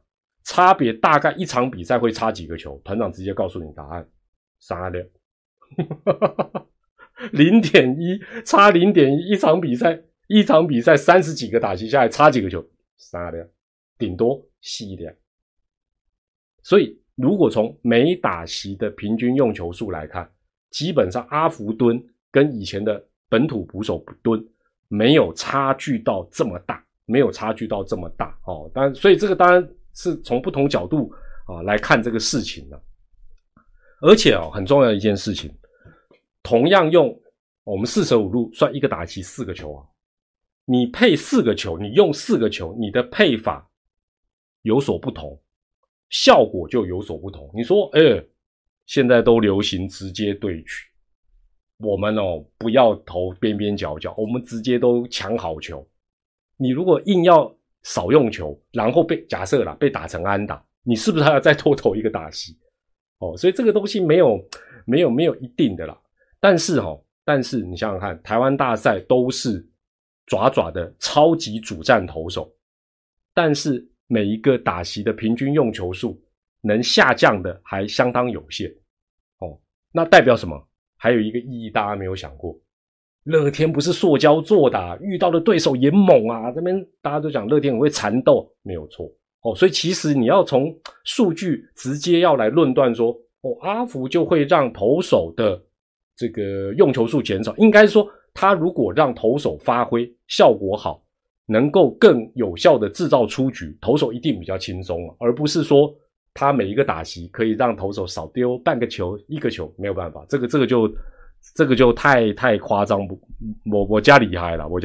差别大概一场比赛会差几个球？团长直接告诉你答案，3了。0.1 差 0.1 一场比赛30几个打席下来差几个球？3了，顶多4了。所以如果从每打席的平均用球数来看，基本上阿福蹲跟以前的本土捕手蹲没有差距到这么大，哦。所以这个当然是从不同角度来看这个事情了。而且很重要的一件事情，同样用我们四舍五入算一个打席4个球啊，你配4个球，你用4个球，你的配法有所不同，效果就有所不同。你说现在都流行直接对决，我们不要投边边角角，我们直接都抢好球。你如果硬要少用球，然后假设啦被打成安打，你是不是还要再多投一个打席？所以这个东西没有一定的啦。但是你想想看，台湾大赛都是爪爪的超级主战投手，但是每一个打席的平均用球数能下降的还相当有限。那代表什么？还有一个意义大家没有想过，乐天不是塑胶做的遇到的对手也猛啊，这边大家都讲乐天很会缠斗，没有错。所以其实你要从数据直接要来论断说，阿福就会让投手的这个用球数减少，应该说他如果让投手发挥效果好，能够更有效的制造出局，投手一定比较轻松，而不是说他每一个打席可以让投手少丢半个球1个球，没有办法，这个就太夸张，我家厉害了。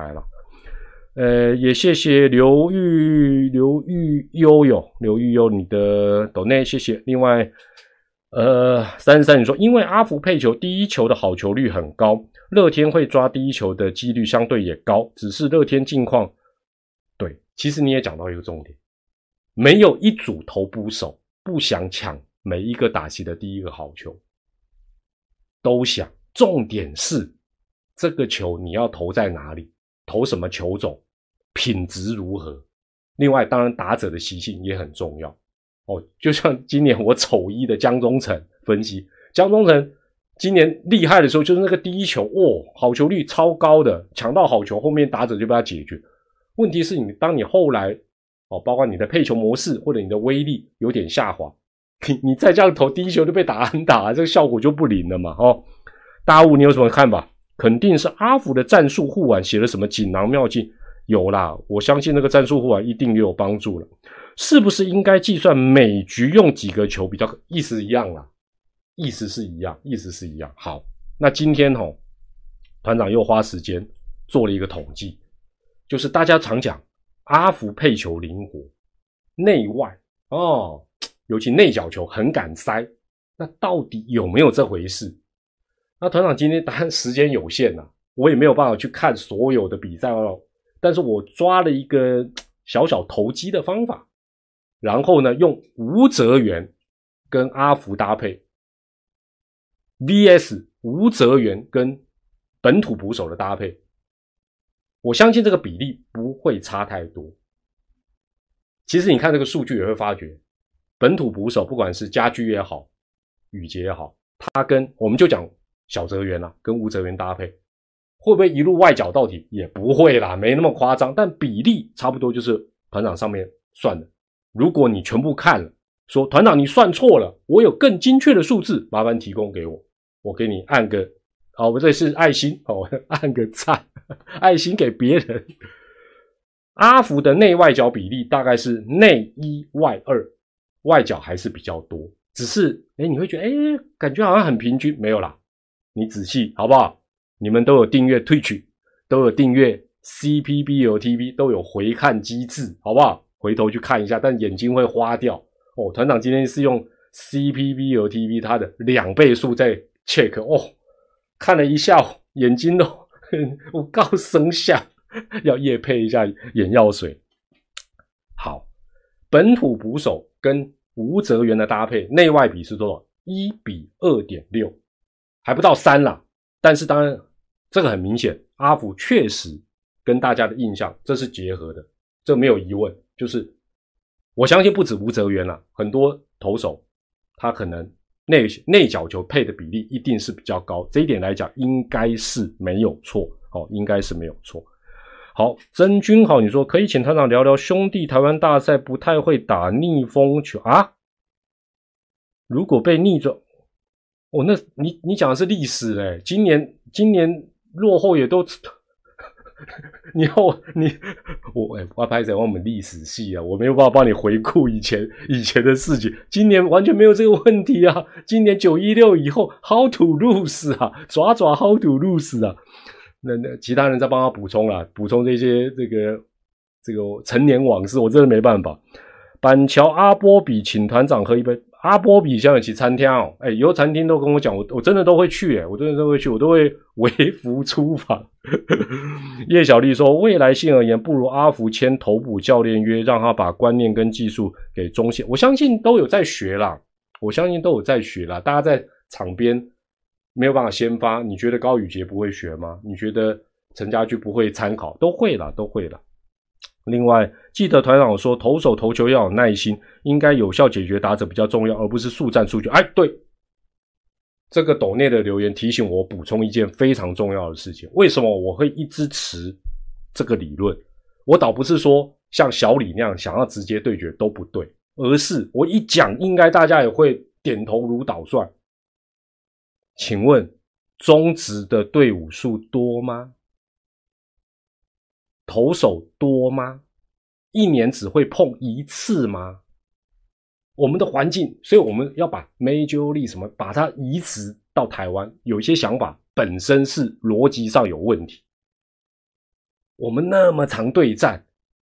也谢谢刘玉优你的 donate， 谢谢。另外33你说，因为阿福配球第一球的好球率很高，乐天会抓第一球的几率相对也高，只是乐天近况，对，其实你也讲到一个重点，没有一组投捕手不想抢每一个打席的第一个好球，都想，重点是这个球你要投在哪里，投什么球种，品质如何。另外当然打者的习性也很重要就像今年我丑一的江中诚分析，江中诚今年厉害的时候就是那个第一球好球率超高的，抢到好球后面打者就被他解决。问题是当你后来包括你的配球模式或者你的威力有点下滑，你再这样投第一球就被打安打，这个效果就不灵了嘛。大雾你有什么看法？肯定是阿福的战术护腕写了什么锦囊妙计，有啦，我相信那个战术护腕一定也有帮助了。是不是应该计算每局用几个球比较，意思一样啦，意思是一样。好，那今天团长又花时间做了一个统计，就是大家常讲阿福配球灵活，内外尤其内角球很敢塞，那到底有没有这回事？那团长今天当然时间有限我也没有办法去看所有的比赛但是我抓了一个小小投机的方法，然后呢用吴哲源跟阿福搭配 VS 吴哲源跟本土捕手的搭配，我相信这个比例不会差太多。其实你看这个数据也会发觉，本土捕手不管是家驹也好，宇杰也好，他跟我们就讲小哲源跟吴哲源搭配，会不会一路外角到底？也不会啦，没那么夸张，但比例差不多就是团长上面算的。如果你全部看了，说团长你算错了，我有更精确的数字，麻烦提供给我，我给你按个我这是爱心按个赞，爱心给别人。阿福的内外角比例大概是内1外2，外角还是比较多，只是你会觉得感觉好像很平均，没有啦，你仔细好不好？你们都有订阅 Twitch， 都有订阅 CPBL TV， 都有回看机制，好不好？回头去看一下，但眼睛会花掉团长今天是用 CPBL TV 它的2倍速在 check 看了一下眼睛都我告生下要业配一下眼药水。好，本土捕手跟吴哲源的搭配内外比是多少？1:2.6，还不到3啦。但是当然这个很明显，阿福确实跟大家的印象这是结合的，这没有疑问，就是我相信不止吴哲源啦，很多投手他可能内角球配的比例一定是比较高，这一点来讲应该是没有错，应该是没有错。好，曾君豪，你说可以请团长聊聊兄弟台湾大赛不太会打逆风球啊？如果被逆转，那你讲的是历史嘞，今年落后也都我拍我们历史系啊，我没有办法帮你回顾以前的事情，今年完全没有这个问题啊，今年916以后 how to lose 啊，爪 how to lose 啊，那其他人再帮他补充啦，补充这些这个陈年往事，我真的没办法。板桥阿波比请团长喝一杯，阿波比现在去餐厅哦，以后餐厅都跟我讲，我真的都会去我真的都会去，我都会微服出访。叶小丽说，未来性而言，不如阿福签头补教练约，让他把观念跟技术给中线。我相信都有在学啦，大家在场边没有办法先发，你觉得高宇杰不会学吗？你觉得陈家驹不会参考？都会啦。另外，记得团长说，投手投球要有耐心，应该有效解决打者比较重要，而不是速战速决。对，这个斗内的留言提醒我补充一件非常重要的事情。为什么我会一支持这个理论？我倒不是说像小李那样想要直接对决都不对，而是我一讲，应该大家也会点头如捣蒜。请问，中职的队伍数多吗？投手多吗？一年只会碰一次吗？我们的环境，所以我们要把 Major League 什么把它移植到台湾，有一些想法本身是逻辑上有问题。我们那么常对战，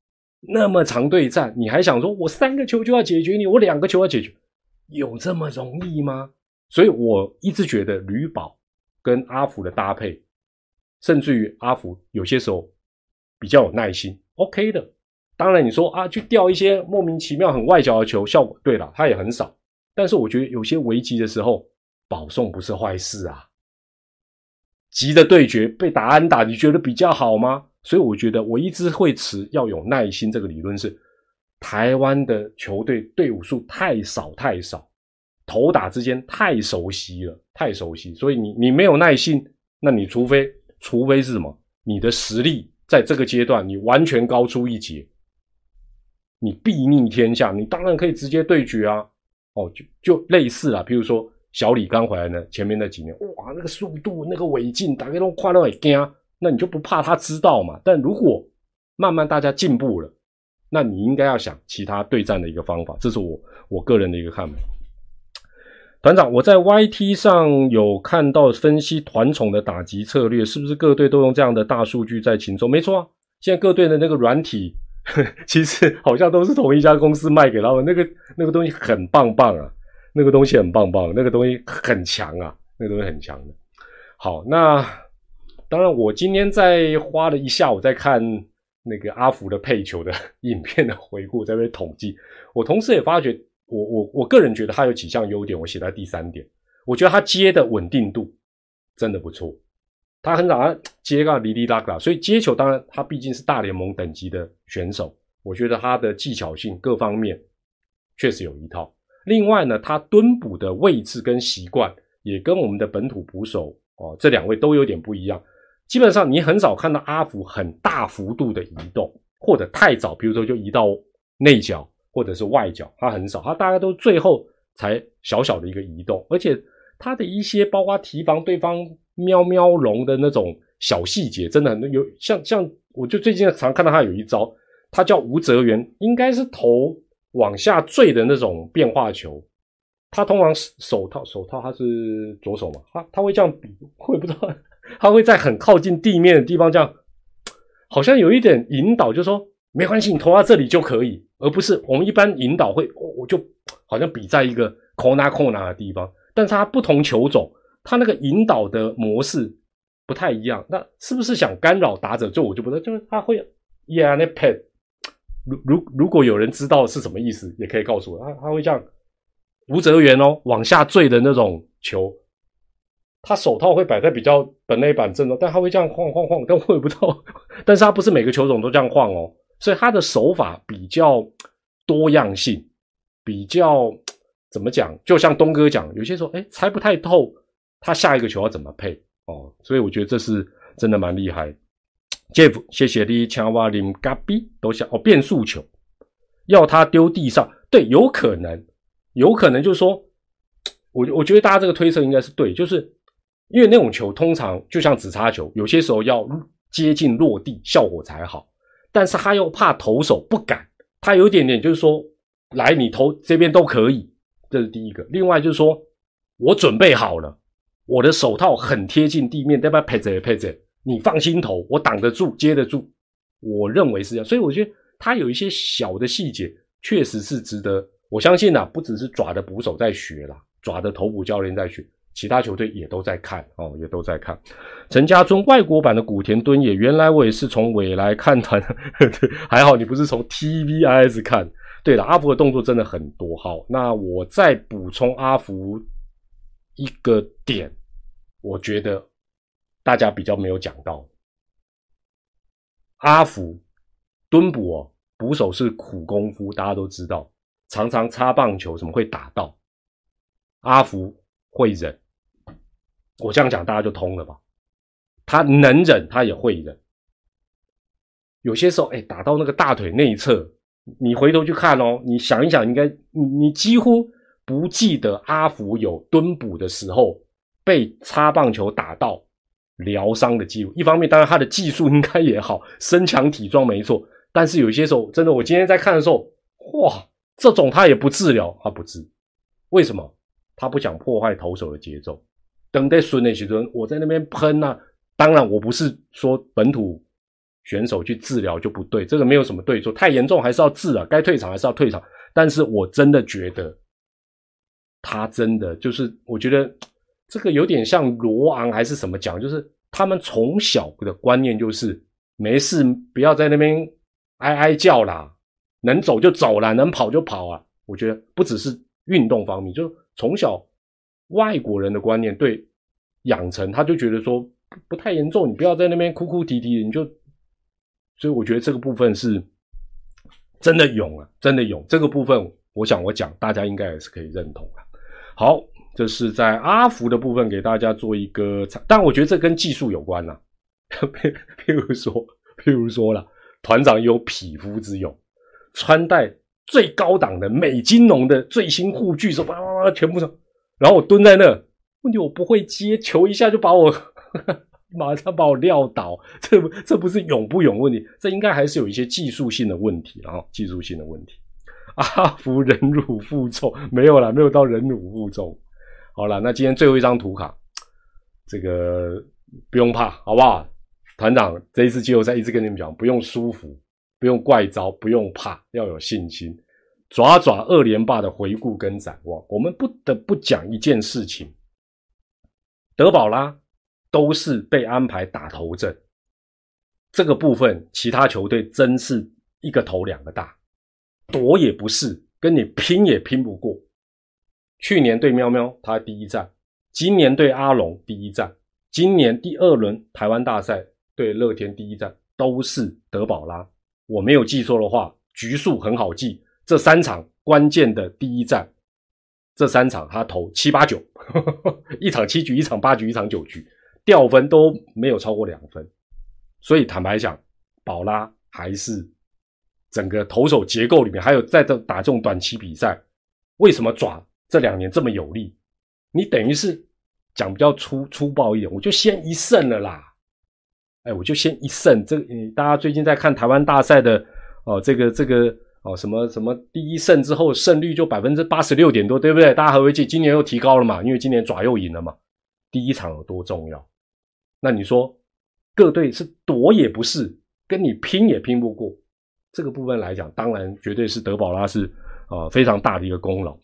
你还想说我3个球就要解决你，我2个球要解决，有这么容易吗？所以我一直觉得吕宝跟阿福的搭配，甚至于阿福有些时候比较有耐心 ，OK 的。当然你说去钓一些莫名其妙很外角的球，效果对了，它也很少。但是我觉得有些危急的时候，保送不是坏事啊。急的对决被打安打，你觉得比较好吗？所以我觉得我一直会持要有耐心这个理论是，台湾的球队队伍数太少，投打之间太熟悉了，所以你没有耐心，那你除非是什么？你的实力在这个阶段你完全高出一截，你睥睨天下，你当然可以直接对决啊。就类似啦，譬如说小李刚回来呢，前面那几年，哇，那个速度，那个尾劲，大家都看到会怕，那你就不怕他知道嘛？但如果慢慢大家进步了，那你应该要想其他对战的一个方法，这是我个人的一个看法。团长，我在 YT 上有看到分析团宠的打击策略，是不是各队都用这样的大数据在勤中？没错啊，现在各队的那个软体其实好像都是同一家公司卖给他们，那个东西很棒啊，那个东西很棒，那个东西很强啊，那个东西很强的。好，那当然我今天在花了一下午在看那个阿福的配球的影片的回顾，在那边统计，我同时也发觉我个人觉得他有几项优点，我写在第3点。我觉得他接的稳定度真的不错，他很少接个哩哩啦啦，所以接球当然他毕竟是大联盟等级的选手，我觉得他的技巧性各方面确实有一套。另外呢，他蹲捕的位置跟习惯也跟我们的本土捕手这2位都有点不一样。基本上你很少看到阿福很大幅度的移动，或者太早，比如说就移到内角或者是外角，他很少，他大概都最后才小小的一个移动，而且他的一些包括提防对方喵喵龙的那种小细节，真的很有像我就最近常看到他有一招，他叫吴哲源，应该是头往下坠的那种变化球，他通常手套他是左手嘛，他会这样比，我也不知道，他会在很靠近地面的地方这样，好像有一点引导，就是说没关系，你投到这里就可以，而不是我们一般引导会我就好像比在一个 corner 的地方，但是他不同球种，他那个引导的模式不太一样，那是不是想干扰打者？就我就不知道，就是他会 那 pad， 如果有人知道是什么意思，也可以告诉我，他会这样吴哲源往下坠的那种球，他手套会摆在比较本垒板正中，但他会这样晃，但我也不知道，但是他不是每个球种都这样晃所以他的手法比较多样性，比较怎么讲？就像东哥讲，有些时候猜不太透他下一个球要怎么配哦，所以我觉得这是真的蛮厉害。Jeff， 谢谢你，请我啉咖啡都想变速球，要他丢地上，对，有可能就是说，我觉得大家这个推测应该是对，就是因为那种球通常就像直插球，有些时候要接近落地效果才好，但是他又怕投手不敢，他有一点点就是说，来你投这边都可以，这是第一个。另外就是说我准备好了，我的手套很贴近地面，对吧？拍着，你放心投，我挡得住，接得住。我认为是这样，所以我觉得他有一些小的细节，确实是值得。我相信不只是爪的捕手在学啦，爪的投捕教练在学，其他球队也都在看哦，也都在看。陈家春外国版的古田敦也，原来我也是从未来看团，还好你不是从 TVIS 看。对了，阿福的动作真的很多。好，那我再补充阿福一个点，我觉得大家比较没有讲到。阿福蹲捕捕手是苦功夫，大家都知道，常常擦棒球什么会打到。阿福会忍，我这样讲大家就通了吧？他能忍，他也会忍。有些时候，打到那个大腿内侧，你回头去看你想一想，应该你几乎不记得阿福有蹲捕的时候被擦棒球打到疗伤的记录。一方面，当然他的技术应该也好，身强体壮没错，但是有些时候真的，我今天在看的时候，哇，这种他也不治疗，他不治，为什么？他不想破坏投手的节奏。等在顺的时候，我在那边喷啊，当然我不是说本土选手去治疗就不对，这个没有什么对错，太严重还是要治啊，该退场还是要退场。但是我真的觉得他真的就是我觉得这个有点像罗昂还是什么讲，就是他们从小的观念就是没事不要在那边哀哀叫啦，能走就走啦，能跑就跑啊。我觉得不只是运动方面，就从小外国人的观念对养成，他就觉得说不太严重，你不要在那边哭哭啼啼的，你就，所以我觉得这个部分是真的勇啊，真的勇。这个部分我想我讲大家应该也是可以认同啊。好，这是在阿福的部分给大家做一个，但我觉得这跟技术有关啦。譬如说啦，团长有匹夫之勇，穿戴最高档的美津浓的最新护具，说全部上，然后我蹲在那，问题我不会接球，一下就把我马上把我撂倒，这不是勇不勇问题，这应该还是有一些技术性的问题，然后技术性的问题。阿福忍辱负重，没有啦，没有到忍辱负重。好啦，那今天最后一张图卡，这个不用怕，好不好？团长这一次季后赛一直跟你们讲，不用舒服，不用怪招，不用怕，要有信心。爪2连霸的回顾跟展望，我们不得不讲一件事情，德保拉都是被安排打头阵，这个部分其他球队真是一个头两个大，躲也不是，跟你拼也拼不过。去年对喵喵他第一战，今年对阿龙第一战，今年第2轮台湾大赛对乐天第一战都是德保拉。我没有记错的话，局数很好记，这3场关键的第一战，这3场他投7、8、9，一场7局，一场8局，一场9局，掉分都没有超过2分。所以坦白讲，保拉还是整个投手结构里面，还有在打这种短期比赛，为什么爪这2年这么有力？你等于是讲比较粗暴一点，我就先1胜了啦。我就先1胜。这个大家最近在看台湾大赛的这个什么第1胜之后胜率就 86% 点多，对不对？大家还会记今年又提高了嘛，因为今年爪又赢了嘛。第一场有多重要？那你说各队是躲也不是，跟你拼也拼不过，这个部分来讲，当然绝对是德保拉是非常大的一个功劳。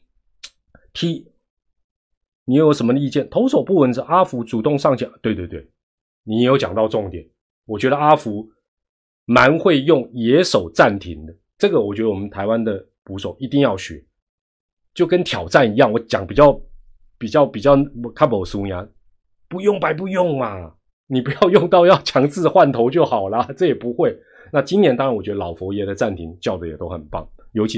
你有什么意见？投手不稳是阿福主动上前，对，你有讲到重点。我觉得阿福蛮会用野手暂停的，这个我觉得我们台湾的捕手一定要学，就跟挑战一样。我讲比较看不输呀，不用白不用嘛，你不要用到要强制换头就好啦，这也不会。那今年当然我觉得老佛爷的暂停叫的也都很棒，尤其在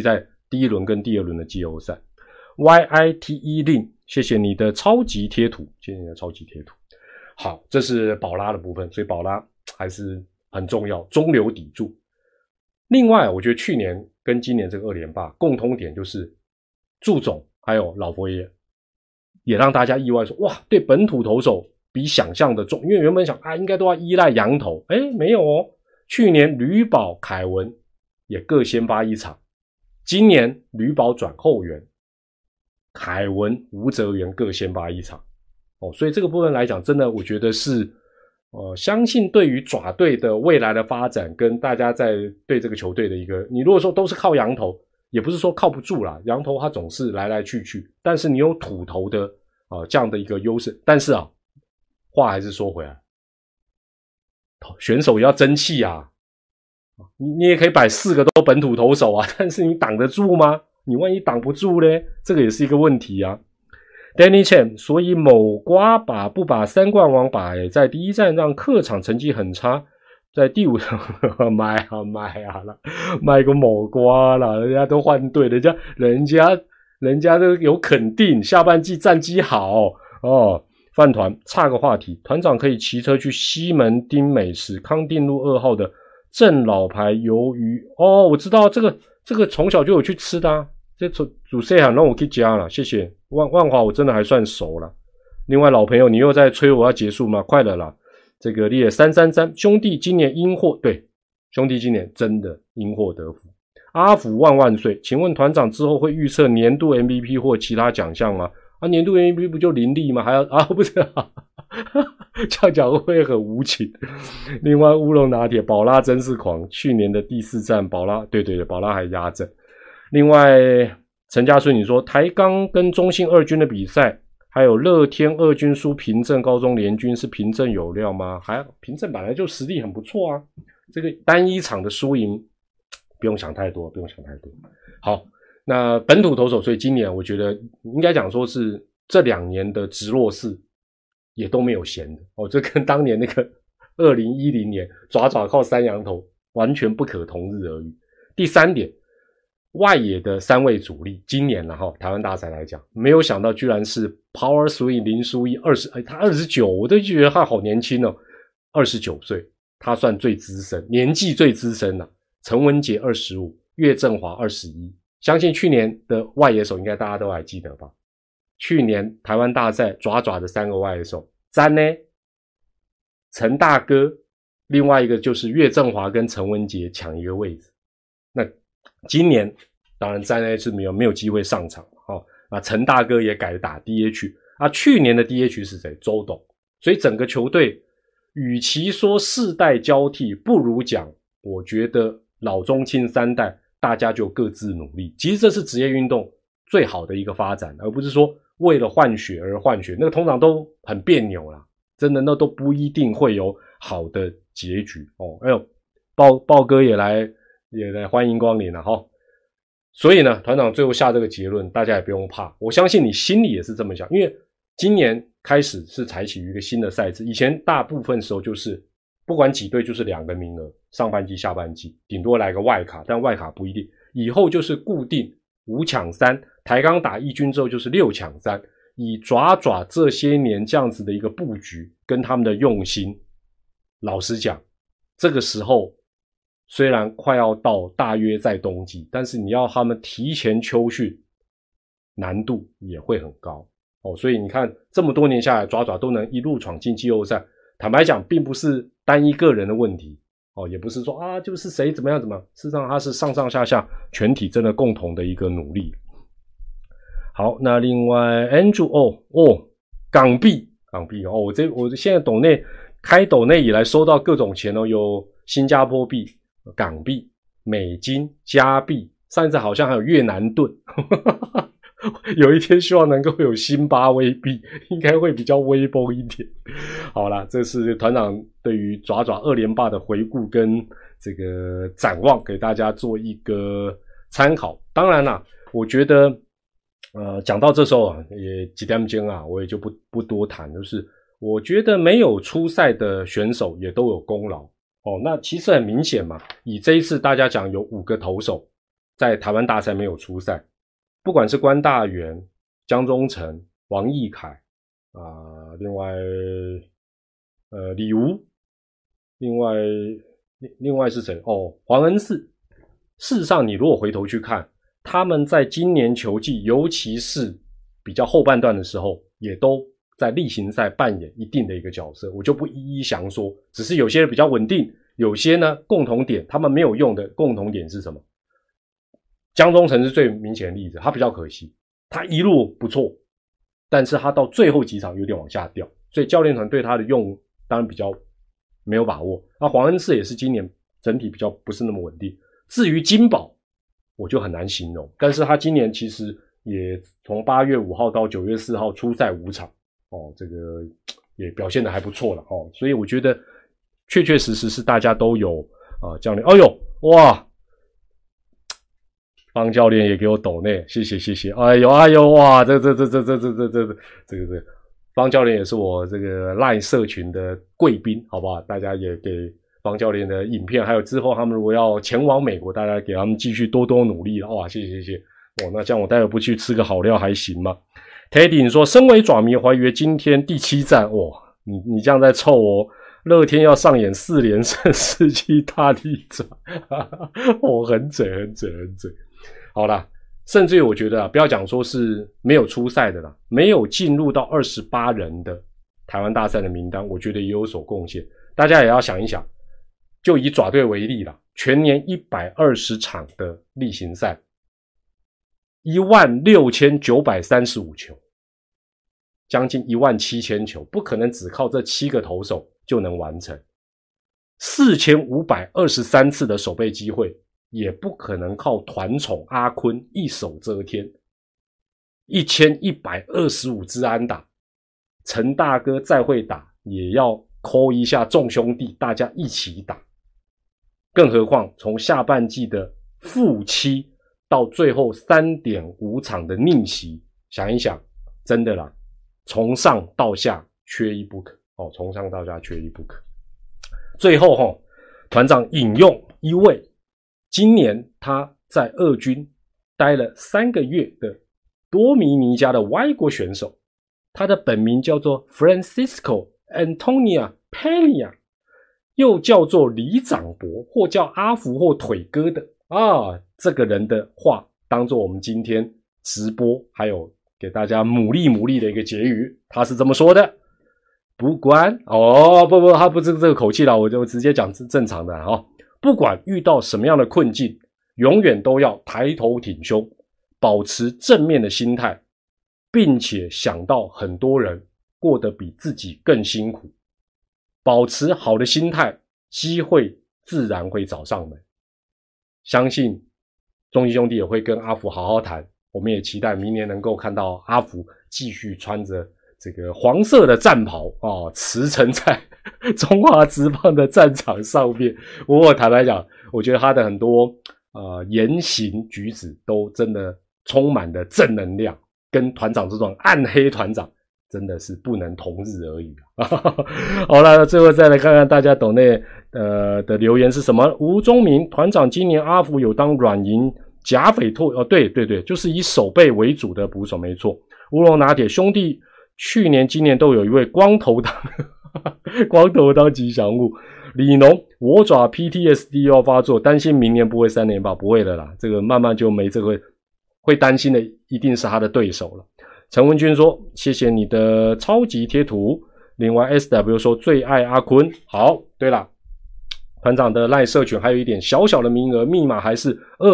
第一轮跟第二轮的季后赛。YITE 令，谢谢你的超级贴图，谢谢你的超级贴图。好，这是宝拉的部分，所以宝拉还是很重要，中流砥柱。另外，我觉得去年跟今年这个2连霸共通点就是祝总还有老佛爷也让大家意外说，哇，对本土投手比想象的重，因为原本想应该都要依赖洋投，没有哦。去年吕宝、凯文也各先发一场，今年吕宝转后援，凯文、吴哲源各先发一场。所以这个部分来讲，真的我觉得是相信对于爪队的未来的发展跟大家在对这个球队的一个，你如果说都是靠洋投，也不是说靠不住啦，洋投它总是来来去去，但是你有土投的这样的一个优势。但是话还是说回来，选手也要争气啊，你也可以摆4个都本土投手啊，但是你挡得住吗？你万一挡不住咧，这个也是一个问题啊。Danny Chen， 所以某瓜不把3冠王摆在第一站，让客场成绩很差，在第5场卖了，卖个某瓜啦，人家都换队，人家都有肯定，下半季战绩好哦。饭团差个话题，团长可以骑车去西门町美食康定路2号的正老牌鱿鱼我知道这个从小就有去吃的这主持人让我去加了，谢谢万华，我真的还算熟了。另外老朋友，你又在催我要结束吗？快了啦，这个列333兄弟今年因祸，对，兄弟今年真的因祸得福。阿福万岁，请问团长之后会预测年度 MVP 或其他奖项吗？年度 MVP 不就林立吗？还要不是这样讲会很无情。另外乌龙拿铁，宝拉真是狂，去年的第4站宝拉，对，宝拉还压阵。另外陈家顺你说台钢跟中信二军的比赛，还有乐天二军输平镇高中联军，是平镇有料吗？平镇本来就实力很不错啊，这个单一场的输赢不用想太多。好，那本土投手，所以今年我觉得应该讲说是这2年的直落4也都没有闲的这跟当年那个2010年爪靠3洋投完全不可同日而语。第3点，外野的3位主力，今年台湾大赛来讲，没有想到居然是 Power Swing 林书义他29，我都觉得他好年轻29岁，他算最资深，年纪最资深了。陈文杰25，岳振华21，相信去年的外野手应该大家都还记得吧？去年台湾大赛爪的3个外野手，詹呢，陈大哥，另外一个就是岳振华跟陈文杰抢一个位置。那今年当然詹呢是没有机会上场陈大哥也改打 DH 去年的 DH 是谁？周董。所以整个球队与其说世代交替，不如讲我觉得老中青3代大家就各自努力。其实这是职业运动最好的一个发展，而不是说为了换血而换血，那个通常都很别扭啦，真的那都不一定会有好的结局豹哥也来欢迎光临了所以呢，团长最后下这个结论，大家也不用怕，我相信你心里也是这么想，因为今年开始是采取一个新的赛制，以前大部分时候就是不管几队就是2个名额，上半季下半季顶多来个外卡，但外卡不一定，以后就是固定5抢3，台钢打一军之后就是6抢3，以爪这些年这样子的一个布局跟他们的用心，老实讲，这个时候虽然快要到大约在冬季，但是你要他们提前秋训，难度也会很高所以你看这么多年下来，爪都能一路闯进季后赛，坦白讲并不是单一个人的问题也不是说就是谁怎么样，事实上他是上下全体真的共同的一个努力。好，那另外 Andrew 港币我现在开抖内以来收到各种钱有新加坡币、港币、美金、加币，上一次好像还有越南盾有一天希望能够有辛巴威币，应该会比较威风一点。好啦，这是团长对于爪2连霸的回顾跟这个展望，给大家做一个参考。当然啦，我觉得讲到这时候也几点钟我也就不多谈，就是我觉得没有出赛的选手也都有功劳那其实很明显嘛，以这一次大家讲有5个投手， 在台湾大赛没有出赛，不管是关大元、江宗成、王奕凯另外李吴，另外是谁？黄恩赐。事实上，你如果回头去看，他们在今年球季，尤其是比较后半段的时候，也都在例行赛扮演一定的一个角色，我就不一一详说，只是有些人比较稳定，有些呢共同点，他们没有用的共同点是什么？江宗成是最明显的例子，他比较可惜，他一路不错，但是他到最后几场有点往下掉，所以教练团对他的用当然比较没有把握。那黄恩赐也是今年整体比较不是那么稳定。至于金宝，我就很难形容，但是他今年其实也从8月5号到9月4号出赛5场这个也表现得还不错了所以我觉得确确实实是大家都有教练。哎呦哇，方教练也给我抖内，谢谢。哎呦哇，这个方教练也是我这个 LINE 社群的贵宾，好不好？大家也给方教练的影片，还有之后他们如果要前往美国，大家给他们继续多多努力了。哇，谢谢。那这样我待会不去吃个好料还行吗 ？Teddy 你说，身为爪迷，怀疑今天第7战，你这样在臭乐天要上演4连胜世纪大逆转，很嘴。好啦，甚至于我觉得不要讲说是没有出赛的啦，没有进入到28人的台湾大赛的名单，我觉得也有所贡献。大家也要想一想，就以爪队为例啦，全年120场的例行赛，16935球，将近17000球，不可能只靠这7个投手就能完成。4523次的守备机会，也不可能靠团宠阿坤一手遮天。1125支安打，陈大哥再会打也要call一下众兄弟，大家一起打。更何况从下半季的-7到最后3.5场的逆袭，想一想，真的啦，从上到下缺一不可从上到下缺一不可。最后团长引用一位今年他在二军待了3个月的多米尼加的外国选手，他的本名叫做 Francisco Antonio Peña， 又叫做李长博，或叫阿福或腿哥的这个人的话当做我们今天直播还有给大家牡蛎的一个结语。他是这么说的，不管不，他不是这个口气啦，我就直接讲正常的不管遇到什么样的困境，永远都要抬头挺胸，保持正面的心态，并且想到很多人过得比自己更辛苦，保持好的心态，机会自然会找上门。相信中信兄弟也会跟阿福好好谈，我们也期待明年能够看到阿福继续穿着这个黄色的战袍驰骋在中华职棒的战场上面。不过坦白讲，我觉得他的很多言行举止都真的充满了正能量，跟团长这种暗黑团长真的是不能同日而语好了，最后再来看看大家斗内的留言是什么。吴宗明，团长今年阿福有当软银假匪拓对，就是以守备为主的捕手没错。乌龙拿铁兄弟去年今年都有一位光头当吉祥物。李农，我爪 PTSD 要发作，担心明年不会3连霸，不会了啦，这个慢慢就没这个会担心的一定是他的对手了。陈文君说，谢谢你的超级贴图。另外 SW 说最爱阿坤。好，对啦，团长的 LINE 社群还有一点小小的名额，密码还是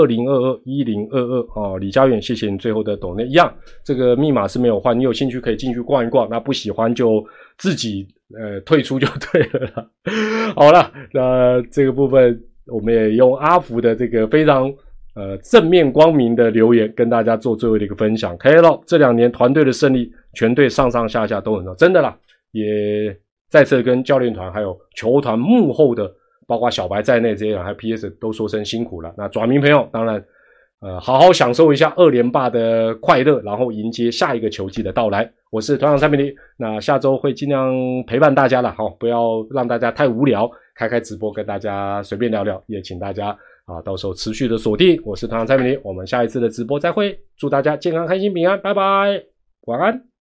20221022李家远，谢谢你最后的抖内，一样这个密码是没有换，你有兴趣可以进去逛一逛，那不喜欢就自己退出就对了啦。好啦，那这个部分我们也用阿福的这个非常正面光明的留言跟大家做最后的一个分享。可以了，这2年团队的胜利，全队上上下下都很好，真的啦，也再次跟教练团还有球团幕后的包括小白在内这些人还有 PS 都说声辛苦了。那爪迷朋友当然好好享受一下2连霸的快乐，然后迎接下一个球季的到来。我是团长300，那下周会尽量陪伴大家啦，不要让大家太无聊，开直播跟大家随便聊聊，也请大家啊，到时候持续的锁定，我是团长蔡明黎，我们下一次的直播再会，祝大家健康开心平安，拜拜，晚安。